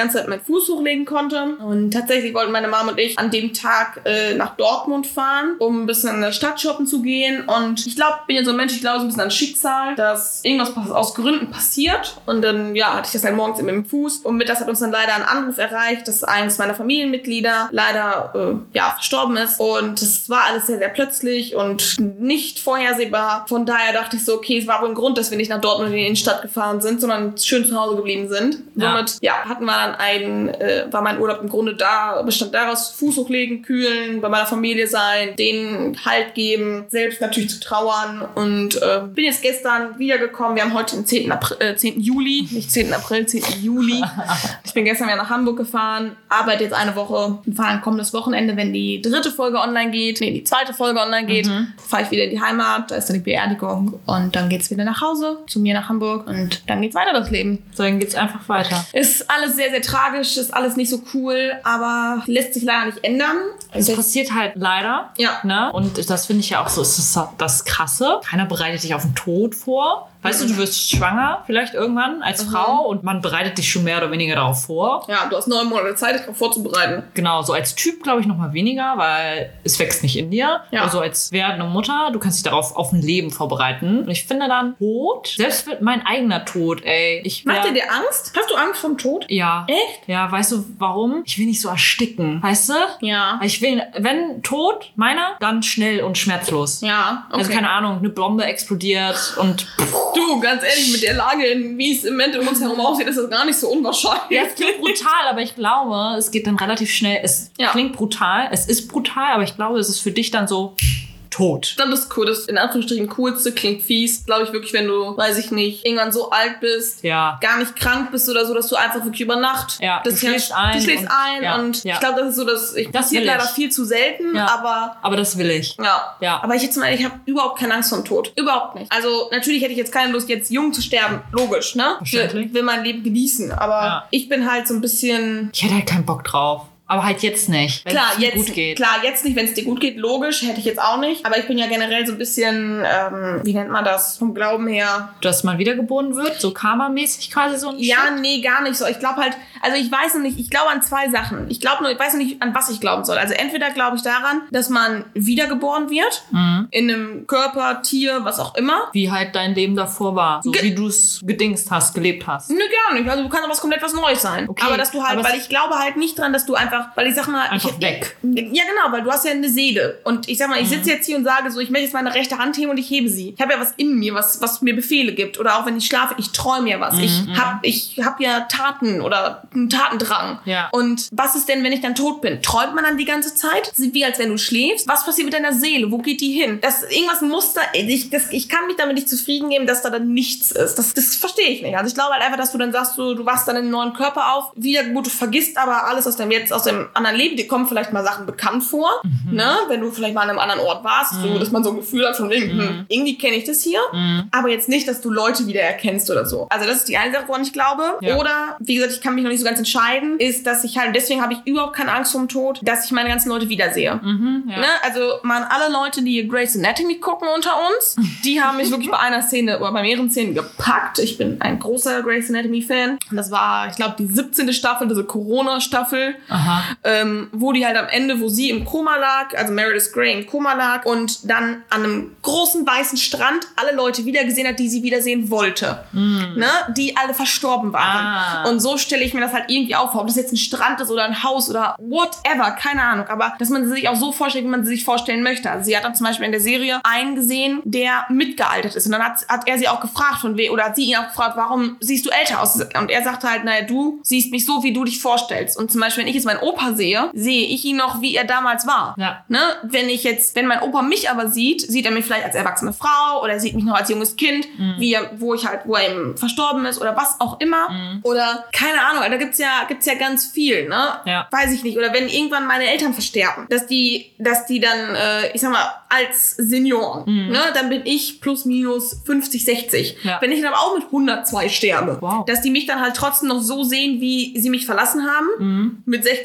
ganze Zeit meinen Fuß hochlegen konnte. Und tatsächlich wollten meine Mom und ich an dem Tag äh, nach Dortmund fahren, um ein bisschen in der Stadt shoppen zu gehen. Und ich glaube, bin ja so ein Mensch, ich glaube so ein bisschen an Schicksal, dass irgendwas aus Gründen passiert. Und dann, ja, hatte ich das halt morgens in meinem Fuß. Und mittags hat uns dann leider ein Anruf erreicht, dass eines meiner Familienmitglieder leider, äh, ja, verstorben ist. Und es war alles sehr, sehr plötzlich und nicht vorhersehbar. Von daher dachte ich so, okay, es war wohl ein Grund, dass wir nicht nach Dortmund in die Innenstadt gefahren sind, sondern schön zu Hause geblieben sind. Ja. Somit, ja, hatten wir dann einen, äh, war mein Urlaub im Grunde da, bestand daraus, Fuß hochlegen, kühlen, bei meiner Familie sein, denen Halt geben, selbst natürlich zu trauern und äh, bin jetzt gestern wiedergekommen. Wir haben heute den zehnten April, äh, zehnten Juli, nicht zehnten April, zehnten Juli. Ich bin gestern wieder nach Hamburg gefahren, arbeite jetzt eine Woche und fahre kommendes Wochenende, wenn die dritte Folge online geht, nee, die zweite Folge online geht, mhm. fahre ich wieder in die Heimat, da ist dann die Beerdigung und dann geht's wieder nach Hause, zu mir nach Hamburg und dann geht's weiter, das Leben. So, dann geht's einfach weiter. Ist alles sehr, sehr tragisch, ist alles nicht so cool, aber lässt sich leider nicht ändern. Es das passiert halt leider. Ja. Ne? Und das finde ich ja auch so, es ist das Krasse. Keiner bereitet dich auf den Tod vor. Weißt du, du wirst schwanger vielleicht irgendwann als mhm. Frau und man bereitet dich schon mehr oder weniger darauf vor. Ja, du hast neun Monate Zeit, dich darauf vorzubereiten. Genau, so als Typ glaube ich noch mal weniger, weil es wächst nicht in dir. Ja. Also als werdende Mutter, du kannst dich darauf auf ein Leben vorbereiten. Und ich finde dann Tod, selbst mein eigener Tod, ey. Ich wär, Macht dir dir Angst? Hast du Angst vom Tod? Ja. Echt? Ja, weißt du warum? Ich will nicht so ersticken, weißt du? Ja. Ich will, wenn Tod, meiner, dann schnell und schmerzlos. Ja, okay. Also keine Ahnung, eine Bombe explodiert und... Du, ganz ehrlich, mit der Lage, wie es im Moment um uns herum aussieht, ist das gar nicht so unwahrscheinlich. Ja, es klingt brutal, aber ich glaube, es geht dann relativ schnell. Es ja. klingt brutal, es ist brutal, aber ich glaube, es ist für dich dann so... tot. Dann das cool, das in Anführungsstrichen coolste, klingt fies, glaube ich wirklich, wenn du, weiß ich nicht, irgendwann so alt bist, ja. gar nicht krank bist oder so, dass du einfach wirklich über Nacht, ja. das du schläfst ein, du schläfst und, ein ja. und ja. ich glaube, das ist so, dass ich das passiert leider viel zu selten, ja. aber aber das will ich. Ja. ja. Aber ich jetzt mal, ich habe überhaupt keine Angst vor dem Tod, überhaupt nicht. Also natürlich hätte ich jetzt keine Lust, jetzt jung zu sterben, logisch, ne? Verständlich. Ich will mein Leben genießen, aber ja. ich bin halt so ein bisschen. Ich hätte halt keinen Bock drauf. Aber halt jetzt nicht, wenn klar, es dir jetzt, gut geht. Klar, jetzt nicht, wenn es dir gut geht, logisch, hätte ich jetzt auch nicht. Aber ich bin ja generell so ein bisschen, ähm, wie nennt man das, vom Glauben her. Dass man wiedergeboren wird, so karmamäßig quasi so ein Ja, Shit? nee, gar nicht so. Ich glaube halt, also ich weiß noch nicht, ich glaube an zwei Sachen. Ich glaube nur, ich weiß noch nicht, an was ich glauben soll. Also entweder glaube ich daran, dass man wiedergeboren wird, mhm. in einem Körper, Tier, was auch immer. Wie halt dein Leben davor war, so Ge- wie du es gedingst hast, gelebt hast. Nö, gar nicht. Also du kannst auch was komplett was Neues sein. Okay. Aber dass du halt, Aber weil ich glaube halt nicht dran, dass du einfach, weil ich sag mal, Einfach ich, weg. Ja, genau, weil du hast ja eine Seele. Und ich sag mal, ich sitze jetzt hier und sage so, ich möchte jetzt meine rechte Hand heben und ich hebe sie. Ich habe ja was in mir, was, was mir Befehle gibt. Oder auch wenn ich schlafe, ich träume ja was. Mhm. Ich hab, ich hab ja Taten oder einen Tatendrang. Ja. Und was ist denn, wenn ich dann tot bin? Träumt man dann die ganze Zeit? Sieht wie, als wenn du schläfst? Was passiert mit deiner Seele? Wo geht die hin? Das ist irgendwas ein Muster. Ich, das, ich kann mich damit nicht zufrieden geben, dass da dann nichts ist. Das, das verstehe ich nicht. Also ich glaube halt einfach, dass du dann sagst, du, du wachst dann in einen neuen Körper auf. Wiedergeburt, du vergisst aber alles aus deinem jetzt, aus dem anderen Leben. Dir kommen vielleicht mal Sachen bekannt vor, mhm. ne? Wenn du vielleicht mal an einem anderen Ort warst, mhm. so, dass man so ein Gefühl hat von wegen, mhm. hm, irgendwie kenne ich das hier, mhm. aber jetzt nicht, dass du Leute wieder erkennst oder so. Also das ist die eine Sache, woran ich glaube. Ja. Oder, wie gesagt, ich kann mich noch nicht so ganz entscheiden, ist, dass ich halt, deswegen habe ich überhaupt keine Angst vor dem Tod, dass ich meine ganzen Leute wiedersehe. Mhm, ja. Ne? Also man, alle Leute, die Grey's Anatomy gucken unter uns, die haben mich wirklich bei einer Szene oder bei mehreren Szenen gepackt. Ich bin ein großer Grey's Anatomy-Fan. Und das war, ich glaube, die siebzehnte Staffel, diese Corona-Staffel, ähm, wo die halt am Ende, wo sie im Koma lag, also Meredith Grey im Koma lag und dann an einem großen weißen Strand alle Leute wiedergesehen hat, die sie wiedersehen wollte. Mm. Ne? Die alle verstorben waren. Ah. Und so stelle ich mir das halt irgendwie auf, ob das jetzt ein Strand ist oder ein Haus oder whatever, keine Ahnung. Aber dass man sie sich auch so vorstellt, wie man sie sich vorstellen möchte. Also sie hat dann zum Beispiel in der Serie einen gesehen, der mitgealtert ist. Und dann hat, hat er sie auch gefragt von wem, oder hat sie ihn auch gefragt, warum siehst du älter aus? Und er sagte halt, naja, du siehst mich so, wie du dich vorstellst. Und zum Beispiel, wenn ich jetzt meinen Opa sehe, sehe ich ihn noch, wie er damals war. Ja. Ne? Wenn ich jetzt, wenn mein Opa mich aber sieht, sieht er mich vielleicht als erwachsene Frau oder sieht mich noch als junges Kind, mhm. wie er, wo ich halt, wo er eben verstorben ist oder was auch immer. Mhm. Oder, keine Ahnung, da gibt's ja, gibt's ja ganz viel, ne? Ja. Weiß ich nicht. Oder wenn irgendwann meine Eltern versterben, dass die, dass die dann, äh, ich sag mal, als Senioren, mhm. ne? Dann bin ich plus minus fünfzig, sechzig. Ja. Wenn ich dann aber auch mit hundertzwei sterbe, wow. dass die mich dann halt trotzdem noch so sehen, wie sie mich verlassen haben, mhm. mit sechzig,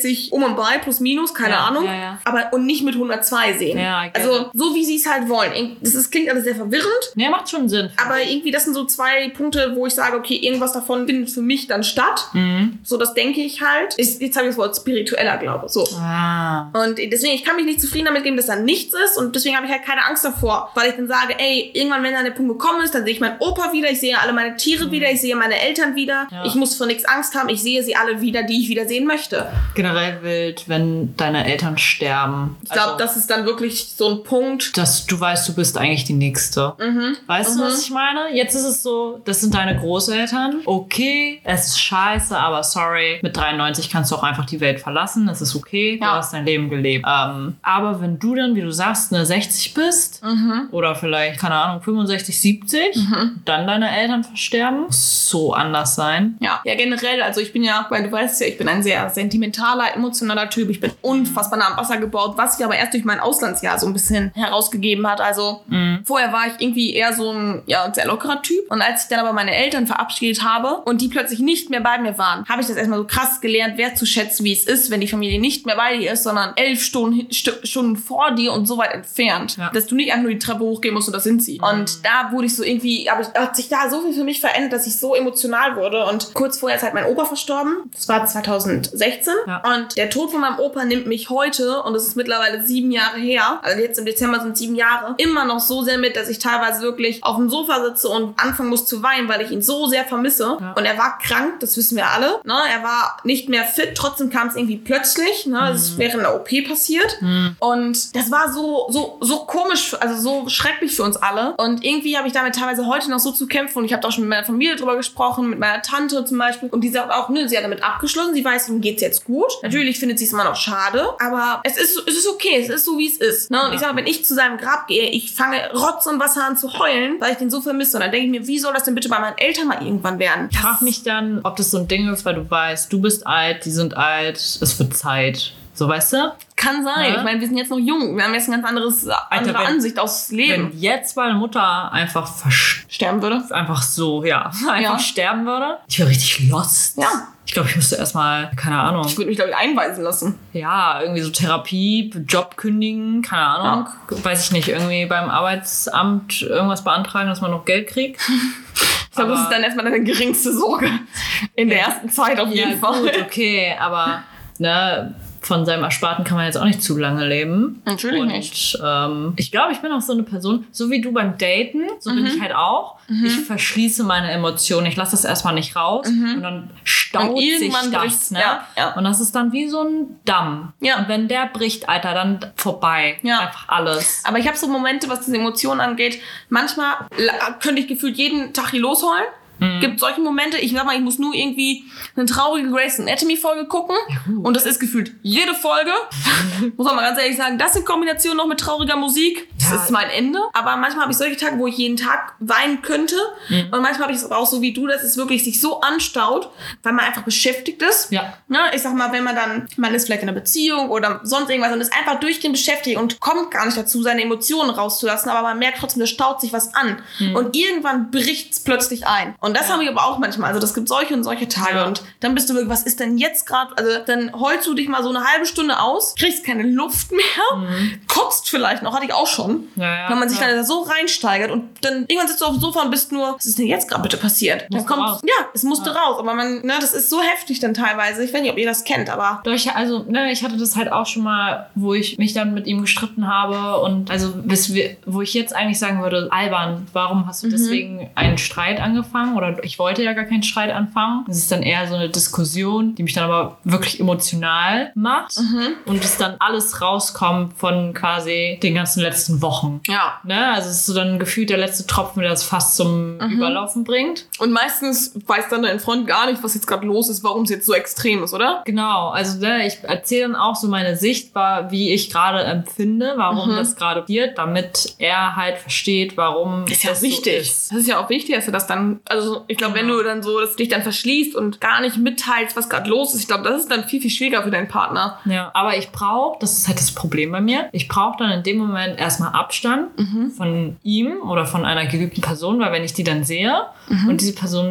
hundertsechzig um und bei, plus minus, keine Ja, Ahnung. ja, ja. Aber und nicht mit hundertzwei sehen. Ja, I get also it. so, wie sie es halt wollen. Das ist, klingt alles sehr verwirrend. Nee, macht schon Sinn. Aber irgendwie, das sind so zwei Punkte, wo ich sage, okay, irgendwas davon findet für mich dann statt. Mhm. So, das denke ich halt. Ist, jetzt habe ich das Wort spiritueller Glaube. So. Ah. Und deswegen, ich kann mich nicht zufrieden damit geben, dass da nichts ist. Und deswegen habe ich halt keine Angst davor. Weil ich dann sage, ey, irgendwann, wenn dann der Punkt gekommen ist, dann sehe ich meinen Opa wieder, ich sehe alle meine Tiere mhm. wieder, ich sehe meine Eltern wieder. Ja. Ich muss vor nichts Angst haben. Ich sehe sie alle wieder, die ich wieder sehen möchte. Generell wild, wenn deine Eltern sterben. Ich glaube, also, das ist dann wirklich so ein Punkt. dass du weißt, du bist eigentlich die Nächste. Mhm. Weißt Mhm. du, was ich meine? Jetzt ist es so, das sind deine Großeltern. Okay, es ist scheiße, aber sorry, mit dreiundneunzig kannst du auch einfach die Welt verlassen. Es ist okay, Ja. du hast dein Leben gelebt. Ähm, aber wenn du dann, wie du sagst, eine sechzig bist Mhm. oder vielleicht, keine Ahnung, fünfundsechzig, siebzig, Mhm. dann deine Eltern versterben, muss so anders sein. Ja, ja, generell, also ich bin ja, weil du weißt ja, ich bin ein sehr sentimentaler, emotionaler Typ. Ich bin unfassbar nah am Wasser gebaut, was sich aber erst durch mein Auslandsjahr so ein bisschen herausgegeben hat. Also Mhm. vorher war ich irgendwie eher so ein ja, sehr lockerer Typ. Und als ich dann aber meine Eltern verabschiedet habe und die plötzlich nicht mehr bei mir waren, habe ich das erstmal so krass gelernt, wertzuschätzen, wie es ist, wenn die Familie nicht mehr bei dir ist, sondern elf Stunden, St- Stunden vor dir und so weit entfernt. Ja. Dass du nicht einfach nur die Treppe hochgehen musst und das sind sie. Und da wurde ich so irgendwie, aber hat sich da so viel für mich verändert, dass ich so emotional wurde. Und kurz vorher ist halt mein Opa verstorben. Das war zweitausendsechzehn. Ja. Und der Tod von meinem Opa nimmt mich heute, und das ist mittlerweile sieben Jahre her, also jetzt im Dezember sind sieben Jahre, immer noch so sehr mit, dass ich teilweise wirklich auf dem Sofa sitze und anfangen muss zu weinen, weil ich ihn so sehr vermisse. Ja. Und er war krank, das wissen wir alle. Ne? Er war nicht mehr fit, trotzdem kam es irgendwie plötzlich. Ne? Das wäre in der O P passiert. Mhm. Und das war so, so, so komisch, also so schrecklich für uns alle. Und irgendwie habe ich damit teilweise heute noch so zu kämpfen. Und ich habe da auch schon mit meiner Familie drüber gesprochen, mit meiner Tante zum Beispiel. Und die sagt auch, ne, sie hat damit abgeschlossen. Sie weiß, ihm geht's jetzt gut. Natürlich findet sie es immer noch schade. Aber es ist, es ist okay. Es ist so, wie es ist. Ne? Und Ja. ich sage, wenn ich zu seinem Grab gehe, ich fange Rotz und Wasser an zu heulen, weil ich den so vermisse. Und dann denke ich mir, wie soll das denn bitte bei meinen Eltern mal irgendwann werden? Ich frage mich dann, ob das so ein Ding ist, weil du weißt, du bist alt, die sind alt, es wird Zeit. So, weißt du? Kann sein. Ja. Ich meine, wir sind jetzt noch jung. Wir haben jetzt ein ganz anderes, andere wenn- Ansicht aufs Leben. Wenn jetzt meine Mutter einfach versch Sterben würde. einfach so, ja, einfach Ja. sterben würde, ich wäre richtig lost. Ja. Ich glaube, ich müsste erstmal, keine Ahnung, Ich würde mich, glaube ich, einweisen lassen. ja, irgendwie so Therapie, Job kündigen, keine Ahnung, weiß ich nicht, irgendwie beim Arbeitsamt irgendwas beantragen, dass man noch Geld kriegt. Ich glaube, das Aber- ist dann erstmal deine geringste Sorge. In der ersten Zeit auf jeden Ja, Fall. gut, okay, aber ne, von seinem Ersparten kann man jetzt auch nicht zu lange leben. Natürlich und, nicht. Ähm, ich glaube, ich bin auch so eine Person, so wie du beim Daten, so bin ich halt auch. Ich verschließe meine Emotionen, ich lasse das erstmal nicht raus und dann staut Und sich irgendwann das. bricht's, Ne? ja, ja. Und das ist dann wie so ein Damm. Ja. Und wenn der bricht, Alter, dann vorbei. Ja. Einfach alles. Aber ich habe so Momente, was diese Emotionen angeht. Manchmal la- könnte ich gefühlt jeden Tag hier losheulen. Mhm. Gibt solche Momente, ich sag mal, ich muss nur irgendwie eine traurige Grey's Anatomy Folge gucken. Und das ist gefühlt jede Folge. Muss man mal ganz ehrlich sagen, das in Kombination noch mit trauriger Musik, das Ja. ist mein Ende. Aber manchmal habe ich solche Tage, wo ich jeden Tag weinen könnte. Mhm. Und manchmal habe ich es aber auch so wie du, dass es wirklich sich so anstaut, weil man einfach beschäftigt ist. Ja. Ne, ich sag mal, wenn man dann, man ist vielleicht in einer Beziehung oder sonst irgendwas und ist einfach durchgehend beschäftigt und kommt gar nicht dazu, seine Emotionen rauszulassen, aber man merkt trotzdem, da staut sich was an. Und irgendwann bricht's plötzlich ein. Und das Ja. habe ich aber auch manchmal. Also das gibt solche und solche Tage. Ja. Und dann bist du wirklich, was ist denn jetzt gerade? Also dann heulst du dich mal so eine halbe Stunde aus, kriegst keine Luft mehr, kotzt vielleicht noch, hatte ich auch schon. Ja, ja, wenn man sich ja. dann so reinsteigert und dann irgendwann sitzt du auf dem Sofa und bist nur, was ist denn jetzt gerade bitte passiert? Dann Musste kommt, raus. ja, es musste raus. Aber man, ne, das ist so heftig dann teilweise. Ich weiß nicht, ob ihr das kennt, aber Doch, ich, also, ne, ich hatte das halt auch schon mal, wo ich mich dann mit ihm gestritten habe und also bis wir, wo ich jetzt eigentlich sagen würde, albern, warum hast du deswegen einen Streit angefangen? Oder ich wollte ja gar keinen Streit anfangen. Es ist dann eher so eine Diskussion, die mich dann aber wirklich emotional macht und es dann alles rauskommt von quasi den ganzen letzten Wochen. ja. Ne? Also es ist so dann gefühlt der letzte Tropfen, der das fast zum Überlaufen bringt. Und meistens weiß dann dein Freund gar nicht, was jetzt gerade los ist, warum es jetzt so extrem ist, oder? Genau, also ne, ich erzähle dann auch so meine Sicht, war, wie ich gerade empfinde, warum das gerade passiert, damit er halt versteht, warum Ist ja das auch wichtig. so ist. Das ist ja auch wichtig, dass du das dann, also ich glaube, wenn du dann so, dass du dich dann verschließt und gar nicht mitteilst, was gerade los ist, ich glaube, das ist dann viel, viel schwieriger für deinen Partner. Ja, aber ich brauche, das ist halt das Problem bei mir, ich brauche dann in dem Moment erstmal Abstand von ihm oder von einer geliebten Person, weil wenn ich die dann sehe und diese Person sagt,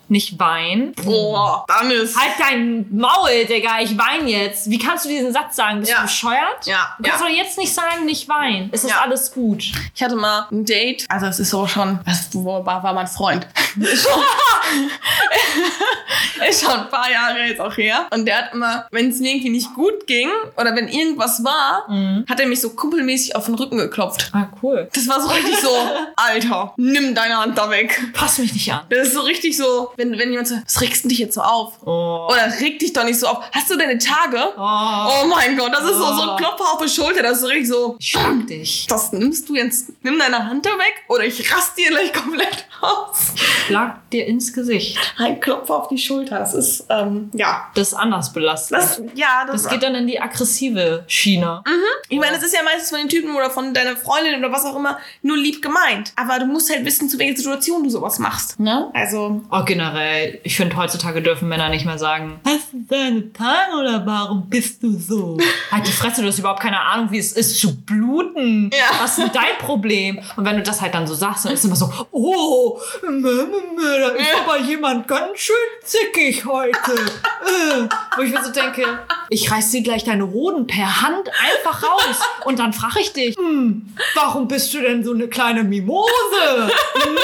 nicht wein. Boah, dann ist... Halt dein Maul, Digga, ich wein jetzt. Wie kannst du diesen Satz sagen? Bist Ja. du bescheuert? Ja. Du kannst Ja. doch jetzt nicht sagen, nicht wein. Es ist Ja. alles gut. Ich hatte mal ein Date, also es ist so schon, das war, war mein Freund. Ist schon, ist schon ein paar Jahre jetzt auch her. Und der hat immer, wenn es mir irgendwie nicht gut ging oder wenn irgendwas war, Mhm. hat er mich so kumpelmäßig auf den Rücken geklopft. Ah, cool. Das war so richtig so, Alter, nimm deine Hand da weg. Pass mich nicht an. Das ist so richtig so, wenn, wenn jemand so, was regst du dich jetzt so auf? Oh. Oder reg dich doch nicht so auf. Hast du deine Tage? Oh. Oh mein Gott, das ist so, so Oh. ein Klopfer auf die Schulter, das ist so richtig so, Ich schlag dich. das nimmst du jetzt, nimm deine Hand da weg oder ich raste dir gleich komplett aus. Schlag dir ins Gesicht. Ein Klopfer auf die Schulter, das ist, ähm, ja. Das ist anders belastet. Das, ja, das, Das geht dann in die aggressive Schiene. ich meine, das ist ja meistens von den Typen oder von deiner Freundin oder was auch immer nur lieb gemeint. Aber du musst halt wissen, zu welcher Situation du sowas machst. Ne? Also, Oh, generell, ich finde, heutzutage dürfen Männer nicht mehr sagen, hast du deine Tage oder warum bist du so? Halt die Fresse, du hast überhaupt keine Ahnung, wie es ist zu bluten. Ja. Was ist denn dein Problem? Und wenn du das halt dann so sagst, dann ist es immer so, oh, da ist aber jemand ganz schön zickig heute. äh. Wo ich mir so denke, ich reiß dir gleich deine Hoden per Hand einfach raus. Und dann frage ich dich, hm, warum bist du denn so eine kleine Mimose? Hm?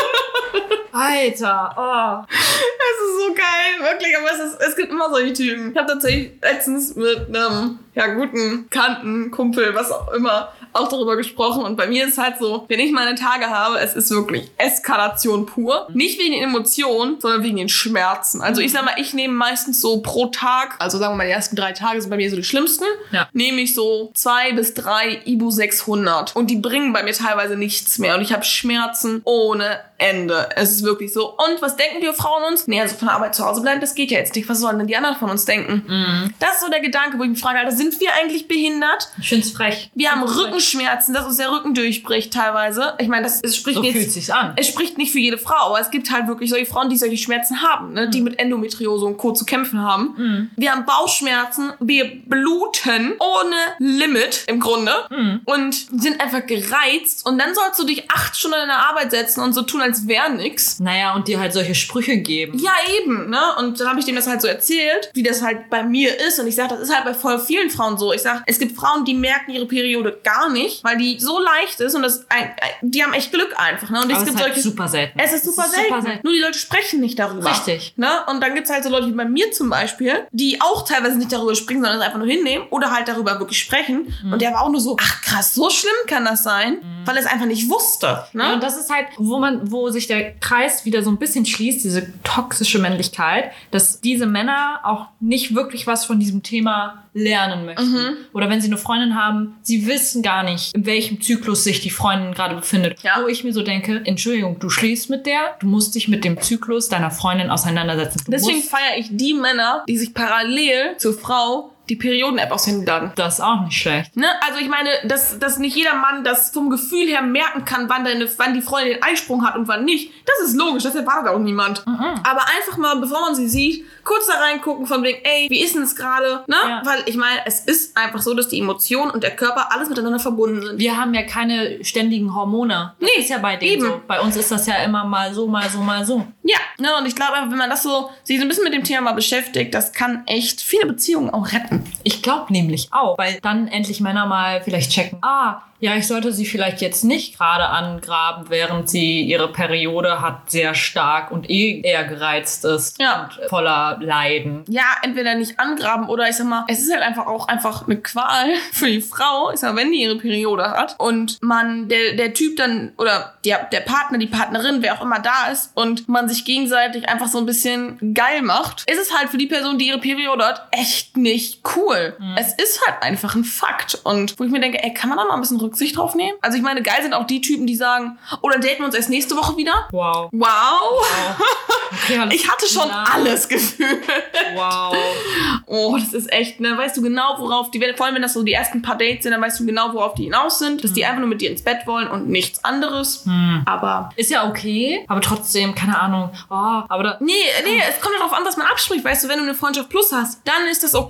Alter, oh. es ist so geil, wirklich, aber es, ist, es gibt immer solche Typen. Ich habe tatsächlich letztens mit einem ja, guten Kanten, Kumpel, was auch immer, auch darüber gesprochen. Und bei mir ist es halt so, wenn ich meine Tage habe, es ist wirklich Eskalation pur. Nicht wegen den Emotionen, sondern wegen den Schmerzen. Also ich sag mal, ich nehme meistens so pro Tag, also sagen wir mal, die ersten drei Tage sind bei mir so die schlimmsten, Ja. nehme ich so zwei bis drei Ibu sechshundert. Und die bringen bei mir teilweise nichts mehr. Und ich habe Schmerzen ohne Ende. Es ist wirklich so. Und was denken wir Frauen uns? Nee, also von der Arbeit zu Hause bleiben, das geht ja jetzt nicht. Was sollen denn die anderen von uns denken? Mhm. Das ist so der Gedanke, wo ich mich frage, Alter, sind wir eigentlich behindert? Ich find's frech. Wir haben Ich find's frech. Rückenschmerzen, dass uns der Rücken durchbricht teilweise. Ich meine, das es spricht So jetzt, fühlt sich's an. es spricht nicht für jede Frau, aber es gibt halt wirklich solche Frauen, die solche Schmerzen haben, ne? die mit Endometriose und Co. zu kämpfen haben. Mhm. Wir haben Bauchschmerzen, wir bluten ohne Limit im Grunde Mhm. und sind einfach gereizt. Und dann sollst du dich acht Stunden in der Arbeit setzen und so tun, als wäre nix. Naja, und dir halt solche Sprüche geben. Ja, eben, ne? Und dann habe ich dem das halt so erzählt, wie das halt bei mir ist. Und ich sage, das ist halt bei voll vielen Frauen so. Ich sage, es gibt Frauen, die merken ihre Periode gar nicht, weil die so leicht ist und das ein, ein, die haben echt Glück einfach, ne? Und Aber es es gibt ist halt solche... super selten. Es ist super selten. Nur die Leute sprechen nicht darüber. Richtig. Ne? Und dann gibt's halt so Leute wie bei mir zum Beispiel, die auch teilweise nicht darüber sprechen, sondern es einfach nur hinnehmen oder halt darüber wirklich sprechen. Mhm. Und der war auch nur so, ach krass, so schlimm kann das sein, Mhm. weil er es einfach nicht wusste. Ne? Ja, und das ist halt, wo man, wo sich der Kreis wieder so ein bisschen schließt, diese toxische Männlichkeit, dass diese Männer auch nicht wirklich was von diesem Thema lernen möchten. Mhm. Oder wenn sie eine Freundin haben, sie wissen gar nicht, in welchem Zyklus sich die Freundin gerade befindet. Ja. Wo ich mir so denke, Entschuldigung, du schläfst mit der, du musst dich mit dem Zyklus deiner Freundin auseinandersetzen. Du Deswegen musst, feiere ich die Männer, die sich parallel zur Frau die Perioden-App aufs Handy laden. das ist auch nicht schlecht. Ne? Also ich meine, dass, dass nicht jeder Mann das vom Gefühl her merken kann, wann, deine, wann die Freundin den Eisprung hat und wann nicht. Das ist logisch, das erwartet auch niemand. Mhm. Aber einfach mal, bevor man sie sieht, kurz da reingucken von wegen, ey, wie ist denn es gerade? Ne? Ja. Weil ich meine, es ist einfach so, dass die Emotionen und der Körper alles miteinander verbunden sind. Wir haben ja keine ständigen Hormone. Das Nee, ist ja bei denen eben. so. Bei uns ist das ja immer mal so, mal so, mal so. Ja, ne? Und ich glaube einfach, wenn man das so, sich so ein bisschen mit dem Thema mal beschäftigt, das kann echt viele Beziehungen auch retten. Ich glaube nämlich auch, weil dann endlich Männer mal vielleicht checken, ah, ja, ich sollte sie vielleicht jetzt nicht gerade angraben, während sie ihre Periode hat, sehr stark und eh eher gereizt ist Ja. und voller Leiden. Ja, entweder nicht angraben oder ich sag mal, es ist halt einfach auch einfach eine Qual für die Frau, ich sag mal, wenn die ihre Periode hat und man, der, der Typ dann, oder der, der Partner, die Partnerin, wer auch immer da ist und man sich gegenseitig einfach so ein bisschen geil macht, ist es halt für die Person, die ihre Periode hat, echt nicht cool. Mhm. Es ist halt einfach ein Fakt. Und wo ich mir denke, ey, kann man da mal ein bisschen Rücksicht drauf nehmen? Also ich meine, geil sind auch die Typen, die sagen, oh, dann daten wir uns erst nächste Woche wieder. Wow. Wow. wow. Okay, alles Ich hatte schon klar. alles gefühlt. Wow. Oh, das ist echt, ne? Weißt du genau, worauf die, vor allem wenn das so die ersten paar Dates sind, dann weißt du genau, worauf die hinaus sind, dass die einfach nur mit dir ins Bett wollen und nichts anderes. Hm. Aber Ist ja okay, aber trotzdem, keine Ahnung. Oh, aber da, nee, nee, es kommt ja darauf an, was man abspricht. Weißt du, wenn du eine Freundschaft plus hast, dann ist das okay. Genau.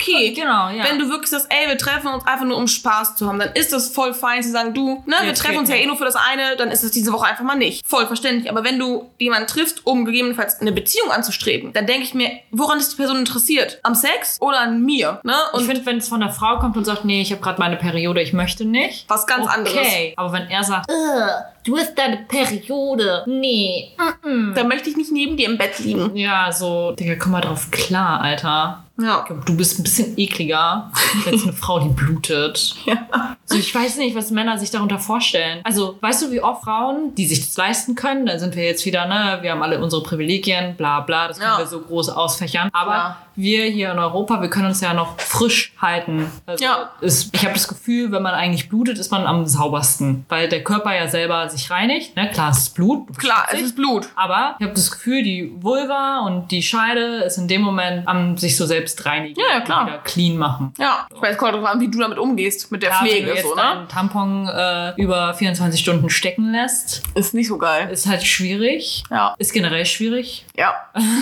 Genau, ja. Wenn du wirklich sagst, ey, wir treffen uns einfach nur, um Spaß zu haben, dann ist das voll fein zu sagen, du, ne, wir Jetzt treffen uns ja nicht. eh nur für das eine, dann ist es diese Woche einfach mal nicht. Voll verständlich. Aber wenn du jemanden triffst, um gegebenenfalls eine Beziehung anzustreben, dann denke ich mir, woran ist die Person interessiert? Am Sex oder an mir? Ne? Und ich finde, wenn es von der Frau kommt und sagt, nee, ich habe gerade meine Periode, ich möchte nicht. was ganz okay. anderes. Okay, aber wenn er sagt, du hast deine Periode, nee. Mm-mm. Da möchte ich nicht neben dir im Bett liegen. Ja, so, Digga, komm mal drauf klar, Alter. Ja. Du bist ein bisschen ekliger als eine Frau, die blutet. Ja. Also ich weiß nicht, was Männer sich darunter vorstellen. Also, weißt du, wie oft Frauen, die sich das leisten können, da sind wir jetzt wieder, ne, wir haben alle unsere Privilegien, bla bla, das können Ja. wir so groß ausfächern. Aber Ja. wir hier in Europa, wir können uns ja noch frisch halten. Also Ja. ist, ich habe das Gefühl, wenn man eigentlich blutet, ist man am saubersten. Weil der Körper ja selber sich reinigt. Ne? Klar, es ist Blut. du Klar, beschwitzt es dich. ist Blut. Aber ich habe das Gefühl, die Vulva und die Scheide ist in dem Moment am sich so selbst reinigen. Ja, ja, klar. Und wieder clean machen. Ja. Ich weiß gerade dran, wie du damit umgehst, mit der Ja, wenn Pflege, du jetzt so, ne? deinen Tampon äh, über vierundzwanzig Stunden stecken lässt, Ist nicht so geil. ist halt schwierig. Ja. Ist generell schwierig. Ja.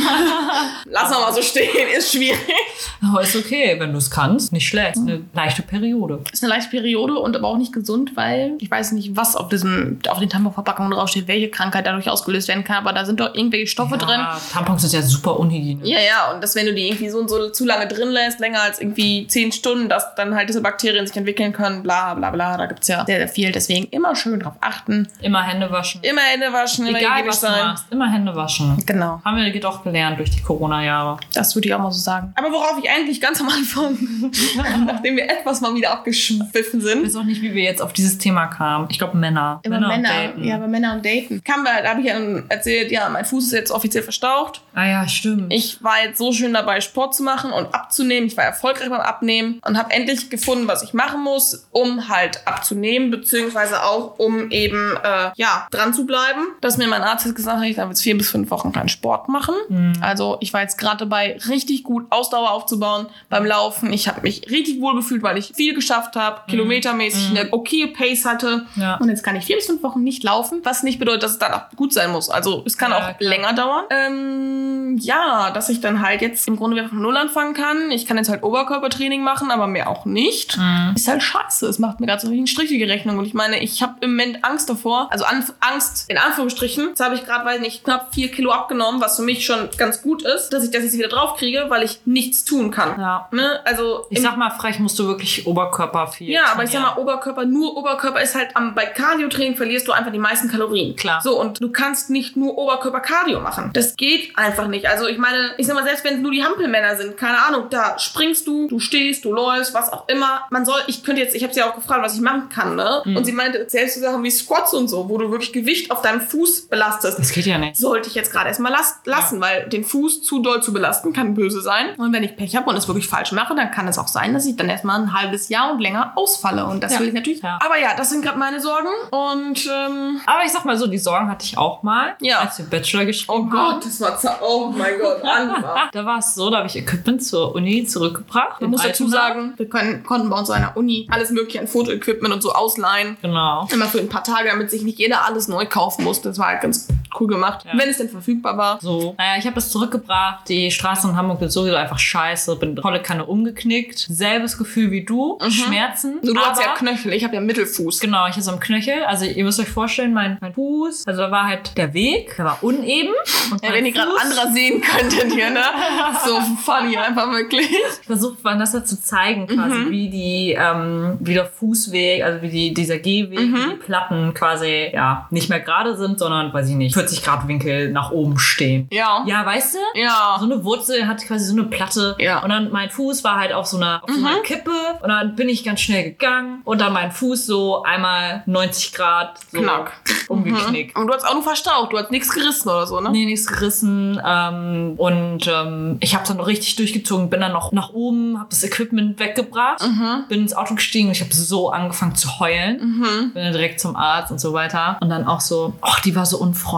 Lass mal so stehen, ist schwierig. Aber ist okay, wenn du es kannst. Nicht schlecht. Eine leichte Periode. Ist eine leichte Periode und aber auch nicht gesund, weil ich weiß nicht, was auf diesem, auf den Tamponverpackungen draufsteht, welche Krankheit dadurch ausgelöst werden kann, aber da sind doch irgendwelche Stoffe drin. Ja, Tampons sind ja super unhygienisch. Ja, ja, und dass wenn du die irgendwie so und so zu lange drin lässt, länger als irgendwie zehn Stunden, dass dann halt diese Bakterien sich entwickeln können, bla bla bla, da gibt's ja sehr, sehr viel. Deswegen immer schön drauf achten. Immer Hände waschen. Immer Hände waschen, immer Egal, hygienisch was du sein. machst. Immer Hände waschen. Genau, Haben wir doch gelernt durch die Corona-Jahre. das würde ich auch mal so sagen. Aber worauf ich eigentlich ganz am Anfang, nachdem wir etwas mal wieder abgeschwiffen Ich sind, weiß auch nicht, wie wir jetzt auf dieses Thema kamen. Ich glaube, Männer. über und Männer, Daten. ja, über Männer und Daten. Kam wir, da habe ich ja erzählt, ja, mein Fuß ist jetzt offiziell verstaucht. Ah ja, stimmt. Ich war jetzt so schön dabei, Sport zu machen und abzunehmen. Ich war erfolgreich beim Abnehmen und habe endlich gefunden, was ich machen muss, um halt abzunehmen, beziehungsweise auch, um eben, äh, ja, dran zu bleiben. Dass mir mein Arzt jetzt gesagt hat, ich darf jetzt vier bis fünf Wochen keinen Sport machen. Mhm. Also ich war jetzt gerade dabei, richtig gut Ausdauer aufzubauen beim Laufen. Ich habe mich richtig wohl gefühlt, weil ich viel geschafft habe, kilometermäßig eine okay Pace hatte. Ja. Und jetzt kann ich vier bis fünf Wochen nicht laufen, was nicht bedeutet, dass es dann auch gut sein muss. Also es kann Ja, auch klar. länger dauern. Ähm, ja, dass ich dann halt jetzt im Grunde wieder von Null anfangen kann. Ich kann jetzt halt Oberkörpertraining machen, aber mehr auch nicht. Mhm. Ist halt scheiße. Es macht mir gerade so eine strichige Rechnung. Und ich meine, ich habe im Moment Angst davor. Also An Angst in Anführungsstrichen. Jetzt habe ich gerade, weiß nicht, knapp vier Kilo abgenommen, was für mich schon ganz gut ist, dass ich das jetzt wieder drauf kriege, weil ich nichts tun kann. Ja. Ne? Also Ich im- sag mal, frech musst du wirklich Oberkörper viel ja, aber ich sag trainieren. mal, Oberkörper, nur Oberkörper ist halt, am, bei Cardio-Training verlierst du einfach die meisten Kalorien. Klar. So, und du kannst nicht nur Oberkörper-Cardio machen. Das geht einfach nicht. Also ich meine, ich sag mal, selbst wenn es nur die Hampelmänner sind, keine Ahnung, da springst du, du stehst, du läufst, was auch immer. Man soll, ich könnte jetzt, ich habe sie auch gefragt, was ich machen kann, ne? Mhm. Und sie meinte, selbst so Sachen wie Squats und so, wo du wirklich Gewicht auf deinem Fuß belastest, Das geht ja nicht. sollte ich jetzt gerade erstmal las lassen, weil den Fuß zu doll zu belasten kann böse sein. Und wenn ich Pech habe und es wirklich falsch mache, dann kann es auch sein, dass ich dann erstmal ein halbes Jahr und länger ausfalle. Und das Ja. will ich natürlich. Ja. Aber ja, das sind gerade meine Sorgen. Und ähm, Aber ich sag mal so, die Sorgen hatte ich auch mal, Ja. als wir Bachelor oh geschrieben haben. Gott, das war za- oh mein Gott, Anna. Da war es so, da habe ich Equipment zur Uni zurückgebracht. Man in muss dazu Altona. sagen, wir können, konnten bei uns an der Uni alles mögliche an Fotoequipment und so ausleihen. Genau. Immer für ein paar Tage, damit sich nicht jeder alles neu kaufen muss. Das war halt ganz cool gemacht. Ja. Wenn es denn verfügbar war. So. Naja, ich habe es zurückgebracht. Die Straße in Hamburg ist sowieso einfach scheiße. Bin volle Kanne umgeknickt. Selbes Gefühl wie du. Schmerzen. Nur du hast ja aber- Knöchel, ich habe ja Mittelfuß. Genau, ich hatte so am Knöchel. Also ihr müsst euch vorstellen, mein, mein Fuß, also da war halt der Weg, der war uneben. Und Ja, mein wenn ihr gerade Fuß- andere sehen könntet hier, ne? So funny, einfach wirklich. Ich versuche Vanessa zu zeigen, quasi, Mhm. wie die, ähm, wie der Fußweg, also wie die, dieser Gehweg, Mhm. wie die Platten quasi, ja, nicht mehr gerade sind, sondern, weiß ich nicht, vierzig Grad Winkel nach oben stehen. Ja. Ja, weißt du? Ja. So eine Wurzel hat quasi so eine Platte. Ja. Und dann mein Fuß war halt auf so einer, auf so einer Mhm. Kippe. Und dann bin ich ganz schnell gegangen. Und dann mein Fuß so einmal neunzig Grad so Knack. umgeknickt. Und du hast auch nur verstaucht, du hast nichts gerissen oder so, ne? Nee, nichts gerissen. Ähm, und ähm, ich habe dann richtig durchgezogen, bin dann noch nach oben, habe das Equipment weggebracht, Mhm. bin ins Auto gestiegen und ich habe so angefangen zu heulen. Mhm. Bin dann direkt zum Arzt und so weiter. Und dann auch so, ach, die war so unfreundlich.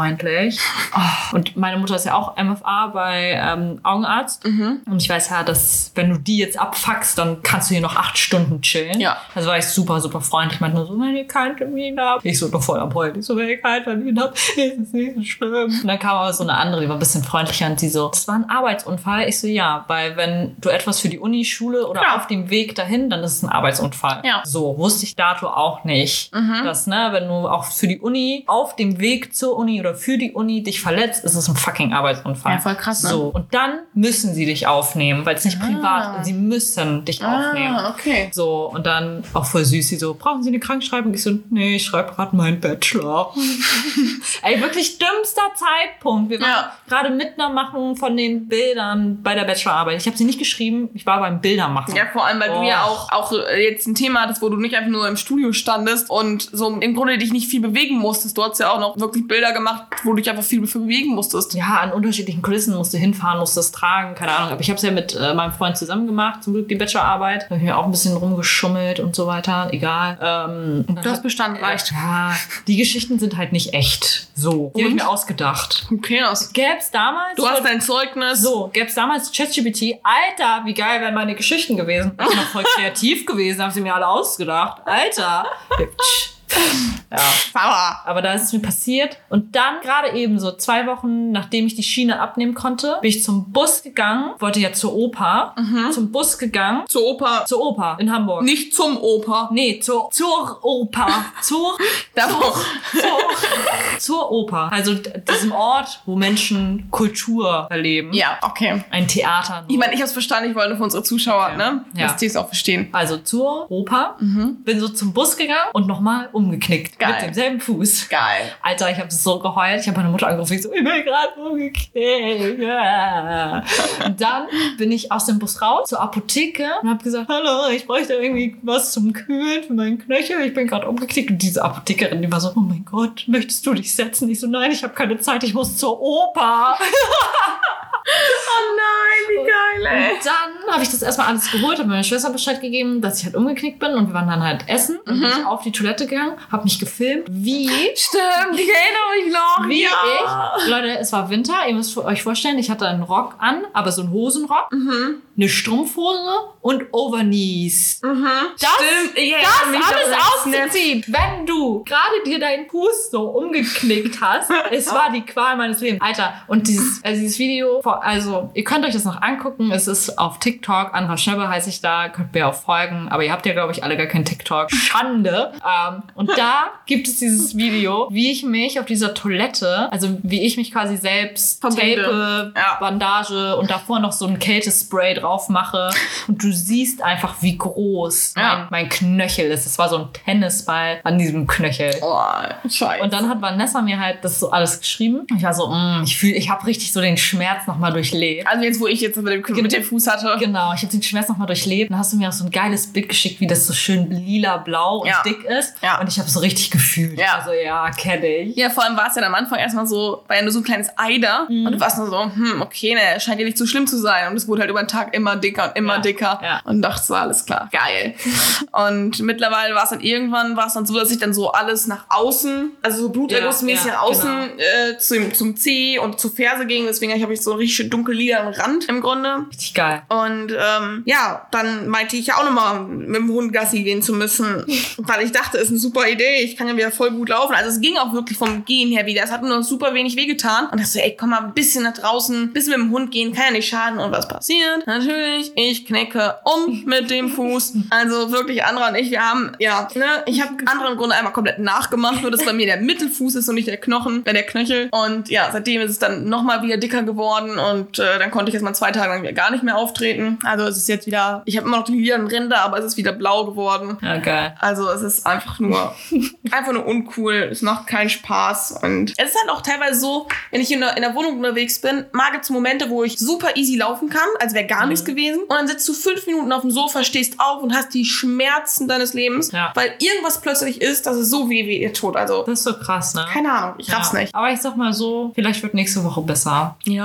freundlich. Oh, und meine Mutter ist ja auch M F A bei ähm, Augenarzt. Mhm. Und ich weiß ja, dass wenn du die jetzt abfuckst, dann kannst du hier noch acht Stunden chillen. Ja. Also war ich super, super freundlich. Ich meinte nur so, wenn ihr keinen Termin habt. Ich so noch voll am Heulen. Ich so, wenn ihr keinen Termin habt, ist es nicht so schlimm. Und dann kam aber so eine andere, die war ein bisschen freundlicher und die so, das war ein Arbeitsunfall. Ich so, ja, weil wenn du etwas für die Uni, Schule oder ja. auf dem Weg dahin, dann ist es ein Arbeitsunfall. Ja. So, wusste ich dato auch nicht. Mhm. Dass, ne, wenn du auch für die Uni, auf dem Weg zur Uni oder für die Uni dich verletzt, ist es ein fucking Arbeitsunfall. Ja, voll krass, ne? So, und dann müssen sie dich aufnehmen, weil es nicht ah. privat ist. Sie müssen dich ah, aufnehmen. Okay. So, und dann auch voll süß, sie so, brauchen Sie eine Krankschreibung? Ich so, nee, ich schreibe gerade meinen Bachelor. Ey, wirklich dümmster Zeitpunkt. Wir waren ja. gerade mitten am Machen von den Bildern bei der Bachelorarbeit. Ich habe sie nicht geschrieben, ich war beim Bildermachen. Ja, vor allem, weil oh. du ja auch, auch jetzt ein Thema hattest, wo du nicht einfach nur im Studio standest und so im Grunde dich nicht viel bewegen musstest. Du hast ja auch noch wirklich Bilder gemacht, wo du dich einfach viel bewegen musstest. Ja, an unterschiedlichen Kulissen musst du hinfahren, musst das tragen, keine Ahnung. Aber ich habe es ja mit äh, meinem Freund zusammen gemacht, zum Glück die Bachelorarbeit. Da habe ich mir auch ein bisschen rumgeschummelt und so weiter. Egal. Ähm, du hast bestanden, reicht. Ja, die Geschichten sind halt nicht echt. So. Die habe ich mir ausgedacht. Okay, aus. Gäb's damals... Du hast dein Zeugnis. So, gäb's damals ChatGPT. Alter, wie geil wären meine Geschichten gewesen. Ich bin noch voll kreativ gewesen, haben sie mir alle ausgedacht. Alter. Ja, aber da ist es mir passiert. Und dann gerade eben so zwei Wochen, nachdem ich die Schiene abnehmen konnte, bin ich zum Bus gegangen, wollte ja zur Oper, mhm. zum Bus gegangen. Zur Oper? Zur Oper in Hamburg. Nicht zum Oper? Nee, zur, zur Oper. zur, da zur, zur, zur Oper. Also diesem Ort, wo Menschen Kultur erleben. Ja, okay. Ein Theater. Ich meine, ich hab's verstanden, ich wollte für unsere Zuschauer, okay. ne? Ja. Dass die es auch verstehen. Also zur Oper, mhm. bin so zum Bus gegangen und nochmal umgeknickt. Geil. Mit demselben Fuß. Geil. Alter, ich habe so geheult. Ich habe meine Mutter angerufen. Ich so, ich bin gerade umgeknickt. Ja. Und dann bin ich aus dem Bus raus zur Apotheke und habe gesagt, hallo, ich bräuchte irgendwie was zum Kühlen für meinen Knöchel. Ich bin gerade umgeknickt. Und diese Apothekerin, die war so, oh mein Gott, möchtest du dich setzen? Ich so, nein, ich habe keine Zeit. Ich muss zur Oper. Oh nein, wie geil, ey. Und dann habe ich das erstmal alles geholt, habe meiner Schwester Bescheid gegeben, dass ich halt umgeknickt bin und wir waren dann halt essen und mhm. bin ich auf die Toilette gegangen, habe mich gefilmt, wie... Stimmt, ich erinnere mich noch. Wie ja. ich... Leute, es war Winter, ihr müsst euch vorstellen, ich hatte einen Rock an, aber so einen Hosenrock, mhm. eine Strumpfhose und Overknees. Mhm. Das, Stimmt, ich das mich alles auszuziehen, wenn du gerade dir deinen Fuß so umgeknickt hast, es war die Qual meines Lebens. Alter, und dieses, also dieses Video... Also, ihr könnt euch das noch angucken. Es ist auf TikTok. Andra Schnöbbe heiße ich da. Könnt mir auch folgen. Aber ihr habt ja, glaube ich, alle gar kein TikTok. Schande. ähm, und da gibt es dieses Video, wie ich mich auf dieser Toilette, also wie ich mich quasi selbst tape, ja. Bandage und davor noch so ein Kältespray drauf mache. Und du siehst einfach, wie groß ja. mein, mein Knöchel ist. Es war so ein Tennisball an diesem Knöchel. Oh, scheiße. Und dann hat Vanessa mir halt das so alles geschrieben. Ich war so, mh, ich fühle, ich habe richtig so den Schmerz noch mal durchlebt. Also jetzt, wo ich jetzt mit dem, mit dem Fuß hatte. Genau, ich habe den Schmerz nochmal durchlebt. Dann hast du mir auch so ein geiles Bild geschickt, wie das so schön lila-blau und ja. dick ist. Ja. Und ich habe es so richtig gefühlt. Ja. Also ja, kenne ich. Ja, vor allem war es ja am Anfang erstmal so, war ja nur so ein kleines Ei da. Mhm. Und du warst nur so, hm, okay, ne, scheint ja nicht so schlimm zu sein. Und es wurde halt über den Tag immer dicker und immer ja. dicker. Ja. Und dachte, so, alles klar, geil. Und mittlerweile war es dann irgendwann, war es dann so, dass ich dann so alles nach außen, also so blutergussmäßig ja, nach außen genau. äh, zum, zum Zeh und zur Ferse ging. Deswegen habe ich so richtig dunkel lila Rand im Grunde. Richtig geil. Und ähm, ja, dann meinte ich ja auch nochmal mit dem Hund Gassi gehen zu müssen, weil ich dachte, ist eine super Idee, ich kann ja wieder voll gut laufen. Also es ging auch wirklich vom Gehen her wieder. Es hat nur noch super wenig wehgetan. Und dachte so, ey, komm mal ein bisschen nach draußen, ein bisschen mit dem Hund gehen, kann ja nicht schaden. Und was passiert? Natürlich, ich knicke um mit dem Fuß. Also wirklich, Andra und ich, wir haben, ja, ne, ich habe Andra im Grunde einmal komplett nachgemacht, nur dass bei mir der Mittelfuß ist und nicht der Knochen, äh, der Knöchel. Und ja, seitdem ist es dann nochmal wieder dicker geworden und äh, dann konnte ich jetzt mal zwei Tage lang gar nicht mehr auftreten. Also es ist jetzt wieder, ich habe immer noch die lilanen Ränder, aber es ist wieder blau geworden. Ja, geil. Also es ist einfach nur, einfach nur uncool. Es macht keinen Spaß. Und es ist halt auch teilweise so, wenn ich in der, in der Wohnung unterwegs bin, mag es Momente, wo ich super easy laufen kann, als wäre gar mhm. nichts gewesen. Und dann sitzt du fünf Minuten auf dem Sofa, stehst auf und hast die Schmerzen deines Lebens, ja. weil irgendwas plötzlich ist, dass es so weh wie ihr Tod. Also das ist so krass, ne? Keine Ahnung, ich raff's ja. nicht. Aber ich sag mal so, vielleicht wird nächste Woche besser. Ja, du,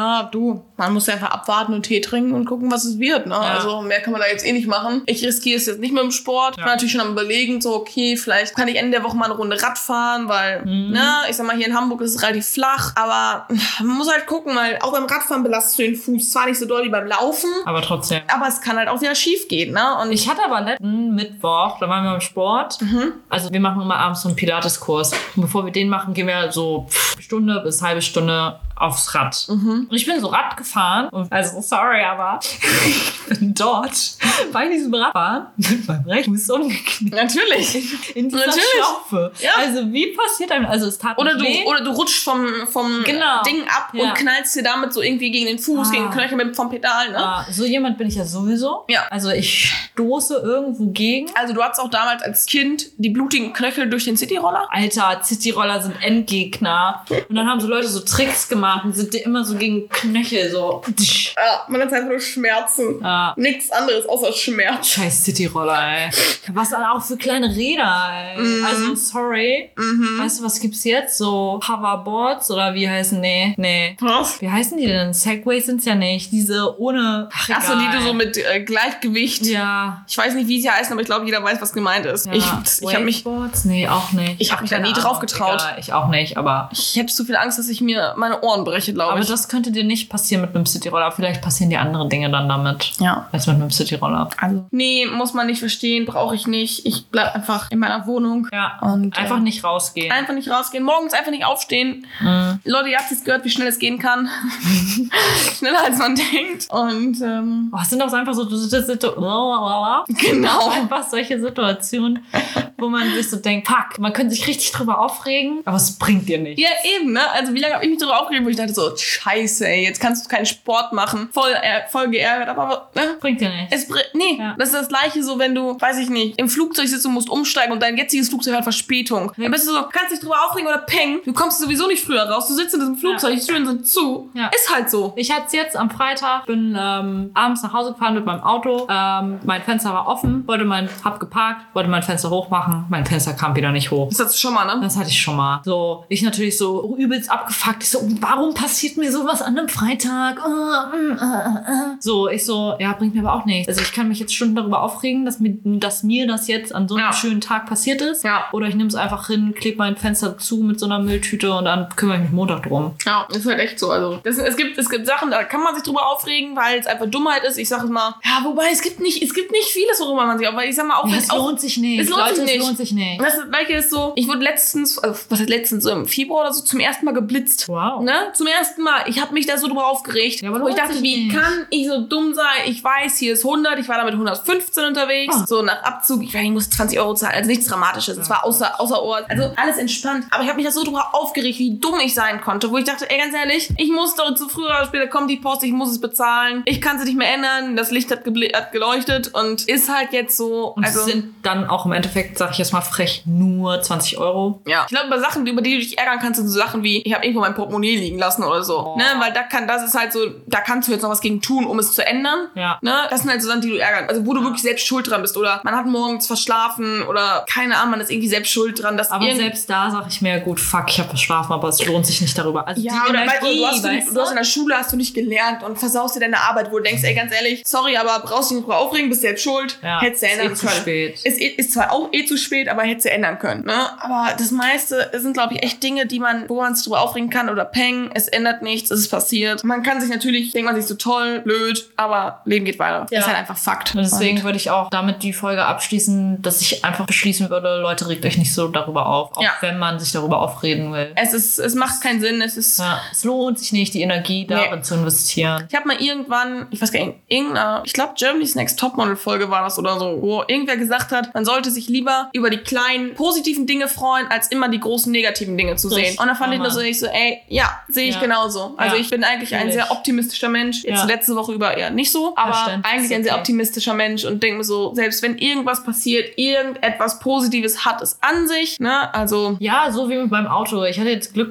du, man muss ja einfach abwarten und Tee trinken und gucken, was es wird. Ne? Ja. Also mehr kann man da jetzt eh nicht machen. Ich riskiere es jetzt nicht mit dem Sport. Ja. Ich bin natürlich schon am Überlegen, so okay, vielleicht kann ich Ende der Woche mal eine Runde Rad fahren, weil, mhm. ne, ich sag mal, hier in Hamburg ist es relativ flach, aber man muss halt gucken, weil auch beim Radfahren belastest du den Fuß zwar nicht so doll wie beim Laufen, aber trotzdem. Aber es kann halt auch wieder schief gehen, ne? Und ich hatte aber letzten Mittwoch, da waren wir im Sport. Mhm. Also wir machen immer abends so einen Pilates-Kurs. Und bevor wir den machen, gehen wir so pff, Stunde bis halbe Stunde aufs Rad. Mhm. Und ich bin so Rad gefahren. Und also, sorry, aber ich bin dort bei diesem Radfahren mit meinem rechten Fuß umgeknickt. Natürlich. In dieser Natürlich. Schlaufe. Ja. Also wie passiert einem, also es tat oder du weh. Oder du rutschst vom, vom genau. Ding ab ja. und knallst dir damit so irgendwie gegen den Fuß, ah. gegen den Knöchel mit, vom Pedal, ne? Ah, so jemand bin ich ja sowieso. Ja. Also ich stoße irgendwo gegen. Also du hattest auch damals als Kind die blutigen Knöchel durch den Cityroller? Alter, Cityroller sind Endgegner. Und dann haben so Leute so Tricks gemacht und sind dir immer so gegen Knöchel so. Ja, man hat einfach nur Schmerzen. Ja. Nichts anderes außer Schmerz. Scheiß Cityroller, ey. Was dann auch für kleine Räder, ey. Mhm. Also, sorry. Mhm. Weißt du, was gibt's jetzt? So Hoverboards oder wie heißen, nee, nee. Was? Wie heißen die denn? Segways sind's ja nicht. Diese ohne... Ach, Ach so, die du so mit äh, Gleichgewicht. Ja. Ich weiß nicht, wie sie heißen, aber ich glaube, jeder weiß, was gemeint ist. Ja. Ich, ich habe mich... Nee, auch nicht. Ich habe mich da nie drauf getraut. Ja, ich auch nicht, aber... Ich hätte zu viel Angst, dass ich mir meine Ohren breche, glaube ich. Aber das könnte dir nicht passieren mit einem Cityroller. Vielleicht passieren dir andere Dinge dann damit. Ja. Als mit einem Cityroller. Also. Nee, muss man nicht verstehen, brauche ich nicht. Ich bleib einfach in meiner Wohnung. Ja. Und einfach äh, nicht rausgehen. Einfach nicht rausgehen. Morgens einfach nicht aufstehen. Mhm. Leute, ihr habt jetzt gehört, wie schnell es gehen kann. Schneller als man denkt. Und ähm, oh, es sind auch einfach so Situationen. Genau. Einfach solche Situationen, wo man sich so denkt, fuck, man könnte sich richtig drüber aufregen, aber es bringt dir nichts. Ja, eben, ne? Also wie lange habe ich mich darüber aufgeregt, wo ich dachte so, scheiße, ey, jetzt kannst du keinen Sport machen. Voll, äh, voll geärgert, aber ne? Bringt dir nichts. Es br- nee, ja. Das ist das Gleiche so, wenn du, weiß ich nicht, im Flugzeug sitzt und musst umsteigen und dein jetziges Flugzeug hat Verspätung. Ja. Dann bist du so, kannst dich drüber aufregen oder peng. Du kommst sowieso nicht früher raus. Du sitzt in diesem Flugzeug, ja. Die Türen sind zu. Ja. Ist halt so. Ich hatte es jetzt am Freitag, bin ähm, abends nach Hause gefahren mit meinem Auto. Ähm, mein Fenster war offen, wollte mein, hab geparkt, wollte mein Fenster hochmachen. Mein Fenster kam wieder nicht hoch. Das hattest du schon mal, ne? Das hatte ich schon mal. So, ich natürlich so übelst abgefuckt. Ich so, warum passiert mir sowas an einem Freitag? Uh, uh, uh, uh. So, ich so, ja, bringt mir aber auch nichts. Also ich kann mich jetzt Stunden darüber aufregen, dass mir, dass mir das jetzt an so einem ja. schönen Tag passiert ist. Ja. Oder ich nehme es einfach hin, klebe mein Fenster zu mit so einer Mülltüte und dann kümmere ich mich Montag drum. Ja, ist halt echt so. Also das, es, gibt, es gibt Sachen, da kann man sich drüber aufregen, weil es einfach Dummheit ist. Ich sag es mal, ja, wobei es gibt nicht, es gibt nicht vieles, worüber man sich aufregt. Ich sag mal auch, ja, es auch, lohnt sich nicht. Es lohnt, Leute, sich nicht. es lohnt sich nicht. Das Gleiche ist so, ich wurde letztens, also was heißt letztens, so im Februar oder so zum ersten Mal geblitzt. Wow. Ne? Zum ersten Mal. Ich habe mich da so drüber aufgeregt. Ja, aber wo ich dachte, wie nicht. kann ich so dumm sein? Ich weiß, hier ist hundert, ich war da mit hundertfünfzehn unterwegs. Oh. So nach Abzug, ich weiß, ich musste zwanzig Euro zahlen. Also nichts Dramatisches. Es ja. war außer, außer Ort. Also alles entspannt. Aber ich habe mich da so drüber aufgeregt, wie dumm ich sein konnte. Wo ich dachte, ey, ganz ehrlich, ich muss doch zu früher oder später kommt die Post, ich muss es bezahlen. Ich kann es nicht mehr ändern. Das Licht hat, gebl- hat geleuchtet und ist halt jetzt so. Und also es sind dann auch im Endeffekt, sag ich jetzt mal frech, nur zwanzig Euro. Ja. Ich glaube, über Sachen, über die du dich ärgern kannst, sind so Sachen wie, ich habe irgendwo mein Portemonnaie liegen lassen oder so. Oh. Ne? Weil da kann, das ist halt so, da kannst du jetzt noch was gegen tun, um es zu ändern. Ja. Ne? Das sind halt so Sachen, die du ärgern. Also wo du wirklich selbst schuld dran bist. Oder man hat morgens verschlafen oder keine Ahnung, man ist irgendwie selbst schuld dran. Dass aber selbst da sag ich mir, gut, fuck, ich habe verschlafen, aber es lohnt sich nicht darüber. Also ja, die oder Energie, weil, du, hast weißt du, du hast in der Schule hast du nicht gelernt und versaust dir deine Arbeit, wo du denkst, ey, ganz ehrlich, sorry, aber brauchst dich nicht drüber aufregen, bist selbst schuld. Ja, hättest du ändern ist können. Zu spät. Ist, ist zwar auch eh zu spät, aber hättest du ändern können. Ne? Aber das meiste sind, glaube ich, echt Dinge, die man, wo man sich drüber aufregen kann oder peng, es ändert nichts, es ist passiert. Man kann sich natürlich, denkt man sich so toll, blöd, aber Leben geht weiter. Ja. Ist halt einfach Fakt. Und deswegen würde ich auch damit die Folge abschließen, dass ich einfach beschließen würde, Leute, regt euch nicht so darüber auf, auch ja. wenn man sich darüber aufreden will. Es ist, es macht keinen Sinn, es ist... Ja, es lohnt sich nicht, die Energie darin nee. zu investieren. Ich habe mal irgendwann, ich weiß gar nicht, irgendeine, ich glaube Germany's Next Topmodel-Folge war das oder so, wo irgendwer gesagt hat, man sollte sich lieber über die kleinen positiven Dinge freuen, als immer die großen negativen Dinge zu sehen. Und da fand ich das so, ich so, ey, ja, sehe ich ja. genauso. Also ja. ich bin eigentlich Natürlich. ein sehr optimistischer Mensch. Jetzt ja. letzte Woche über eher nicht so, aber eigentlich ein sehr optimistischer Mensch und denke mir so, selbst wenn irgendwas passiert, irgendetwas Positives hat es an sich, ne, also... Ja, so wie mit meinem Auto. Ich hatte jetzt Glück, dass einfach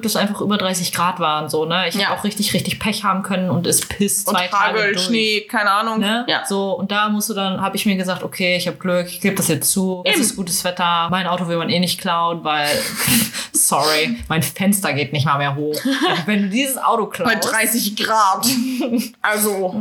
über dreißig Grad war und so, ne? Ich Ja. habe auch richtig, richtig Pech haben können und es pisst Und zwei Tage Hagel, durch. Schnee, keine Ahnung. Ne? Ja. So, und da musst du dann, habe ich mir gesagt, okay, ich habe Glück, ich gebe das jetzt zu. Es Eben. ist gutes Wetter. Mein Auto will man eh nicht klauen, weil, sorry, mein Fenster geht nicht mal mehr hoch. Also, wenn du dieses Auto klaust. Bei dreißig Grad. Also,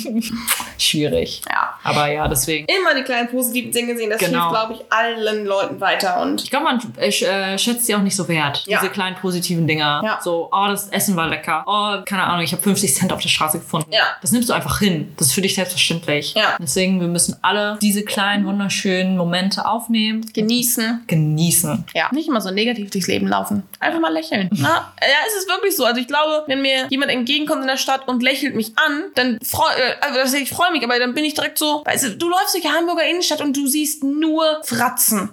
Schwierig. ja. Aber ja, deswegen. Immer die kleinen positiven Dinge sehen, das Genau. hilft, glaube ich, allen Leuten weiter. Und Ich glaube, man äh, sch- äh, schätzt sie auch nicht so wert. Ja. Diese kleinen positiven Dinger. Ja. So, oh, das Essen war lecker. Oh, keine Ahnung, ich habe fünfzig Cent auf der Straße gefunden. Ja. Das nimmst du einfach hin. Das ist für dich selbstverständlich. Ja. Deswegen, wir müssen alle diese kleinen, wunderschönen Momente aufnehmen. genießen. Genießen. Ja, nicht immer so negativ durchs Leben laufen. Einfach mal lächeln. Na, ja, es ist wirklich so. Also ich glaube, wenn mir jemand entgegenkommt in der Stadt und lächelt mich an, dann freu, äh, also das heißt, ich freue mich, aber dann bin ich direkt so, weißt du, du läufst durch die Hamburger Innenstadt und du siehst nur Fratzen.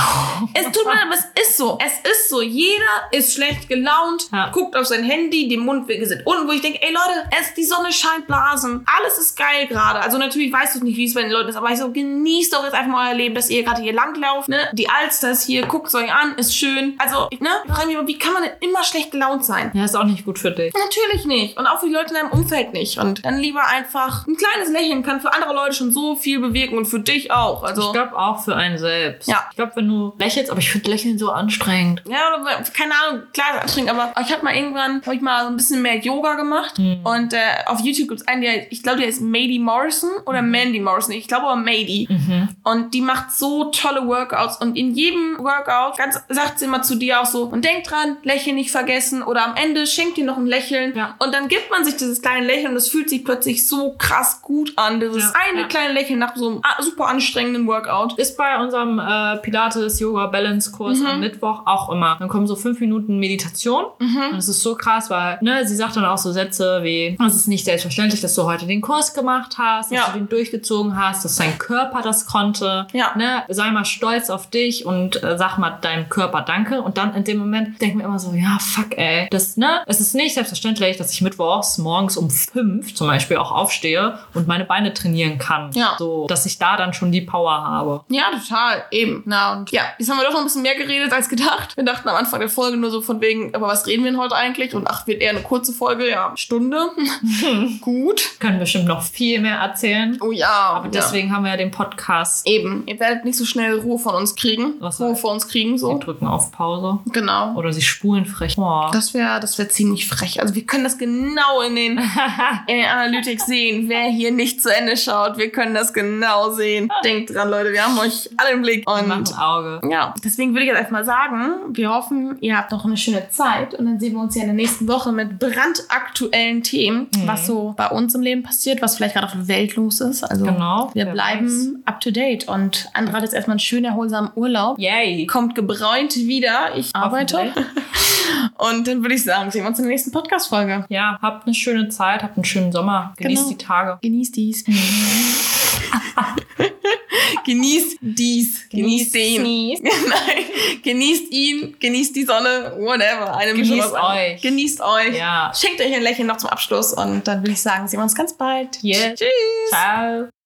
Es tut mir leid, aber es ist so. Es ist so. Jeder ist schlecht gelaunt, Ja. guckt auf sein Handy, die Mundwinkel sind unten, wo ich denke, ey Leute, es, die Sonne scheint Blasen. Alles ist geil gerade. Also natürlich weißt du nicht, wie es bei den Leuten ist, aber ich so, genießt doch jetzt einfach mal euer Leben, dass ihr gerade hier langlauft. Ne? Die Alster ist hier, guckt es euch an, ist schön. Also, ne? Ich frage mich immer, wie kann man denn immer schlecht gelaunt sein? Ja, ist auch nicht gut für dich. Natürlich nicht. Und auch für die Leute in deinem Umfeld nicht. Und dann lieber einfach ein kleines Lächeln kann für andere Leute schon so viel bewirken und für dich auch. Also, Ich glaube auch für einen selbst. Ja. Ich glaube, wenn du lächelst, aber ich finde Lächeln so anstrengend. ja, oder, keine Ahnung, klar, ist anstrengend, aber ich habe mal irgendwann, habe ich mal so ein bisschen mehr Yoga gemacht. Und äh, auf YouTube gibt es einen, der, ich glaube, der ist Mady Morrison oder Mandy Morrison. Ich glaube aber Mady. Und die macht so tolle Workouts. Und in jedem Workout ganz, sagt sie immer zu dir auch so, und denk dran, Lächeln nicht vergessen. Oder am Ende schenkt dir noch ein Lächeln. Ja. Und dann gibt man sich dieses kleine Lächeln und es fühlt sich plötzlich so krass gut an. Dieses Ja, eine ja. kleine Lächeln nach so einem ah, super anstrengenden Workout. Ist bei unserem äh, Pilates-Yoga-Balance-Kurs am Mittwoch auch immer. Dann kommen so fünf Minuten Meditation. Und es ist so krass, weil ne, sie sagt dann auch so Sätze wie, es ist nicht selbstverständlich, dass du heute den Kurs gemacht hast, dass Ja. du den durchgezogen hast, dass dein Körper das konnte. Ja. Ne, sei mal stolz auf dich und äh, sag mal deinem Körper Danke. Und dann in dem Moment denken wir immer so, ja, fuck, ey. Das, ne, es ist nicht selbstverständlich, dass ich mittwochs morgens um fünf zum Beispiel auch aufstehe und meine Beine trainieren kann. Ja. So, dass ich da dann schon die Power habe. Ja, total. Eben. Na, und ja, jetzt haben wir doch noch ein bisschen mehr geredet als gedacht. Wir dachten am Anfang der Folge nur so von wegen, aber was reden wir denn heute eigentlich? Und ach, wird eher eine kurze Folge, ja, Stunde. Gut. Können bestimmt noch viel mehr erzählen. Oh ja. Aber deswegen haben wir ja den Podcast. Eben. Ihr werdet nicht so schnell Ruhe von uns kriegen. Was Ruhe soll- von uns kriegen, Sie so. drücken auf Pause. Genau. Oder sie spulen frech. Oh. Das wäre das wär ziemlich frech. Also wir können das genau in den, in den Analytics sehen, wer hier nicht zu Ende schaut. Wir können das genau sehen. Denkt dran, Leute, wir haben euch alle im Blick. Wir Und machen Auge. ja, deswegen würde ich jetzt erstmal sagen, wir hoffen, ihr habt noch eine schöne Zeit und dann sehen wir uns ja in der nächsten Woche mit brandaktuellen Themen, was so bei uns im Leben passiert, was vielleicht gerade auf der Welt los ist. Also Genau, wir wer bleiben up to date und Andra hat jetzt erstmal einen schönen erholsamen Urlaub. Yay. Kommt gebräunt wieder. Ich arbeite. Hoffentlich. Und dann würde ich sagen, sehen wir uns in der nächsten Podcast-Folge. Ja, habt eine schöne Zeit, habt einen schönen Sommer. Genießt Genau. die Tage. Genießt dies. Genießt dies. Genießt den. Nein. Genießt ihn. Genießt die Sonne. Whatever. Eine Mischung Genießt aus allem. euch. Genießt euch. Ja. Schenkt euch ein Lächeln noch zum Abschluss. Und dann würde ich sagen, sehen wir uns ganz bald. Yeah. Tschüss. Ciao.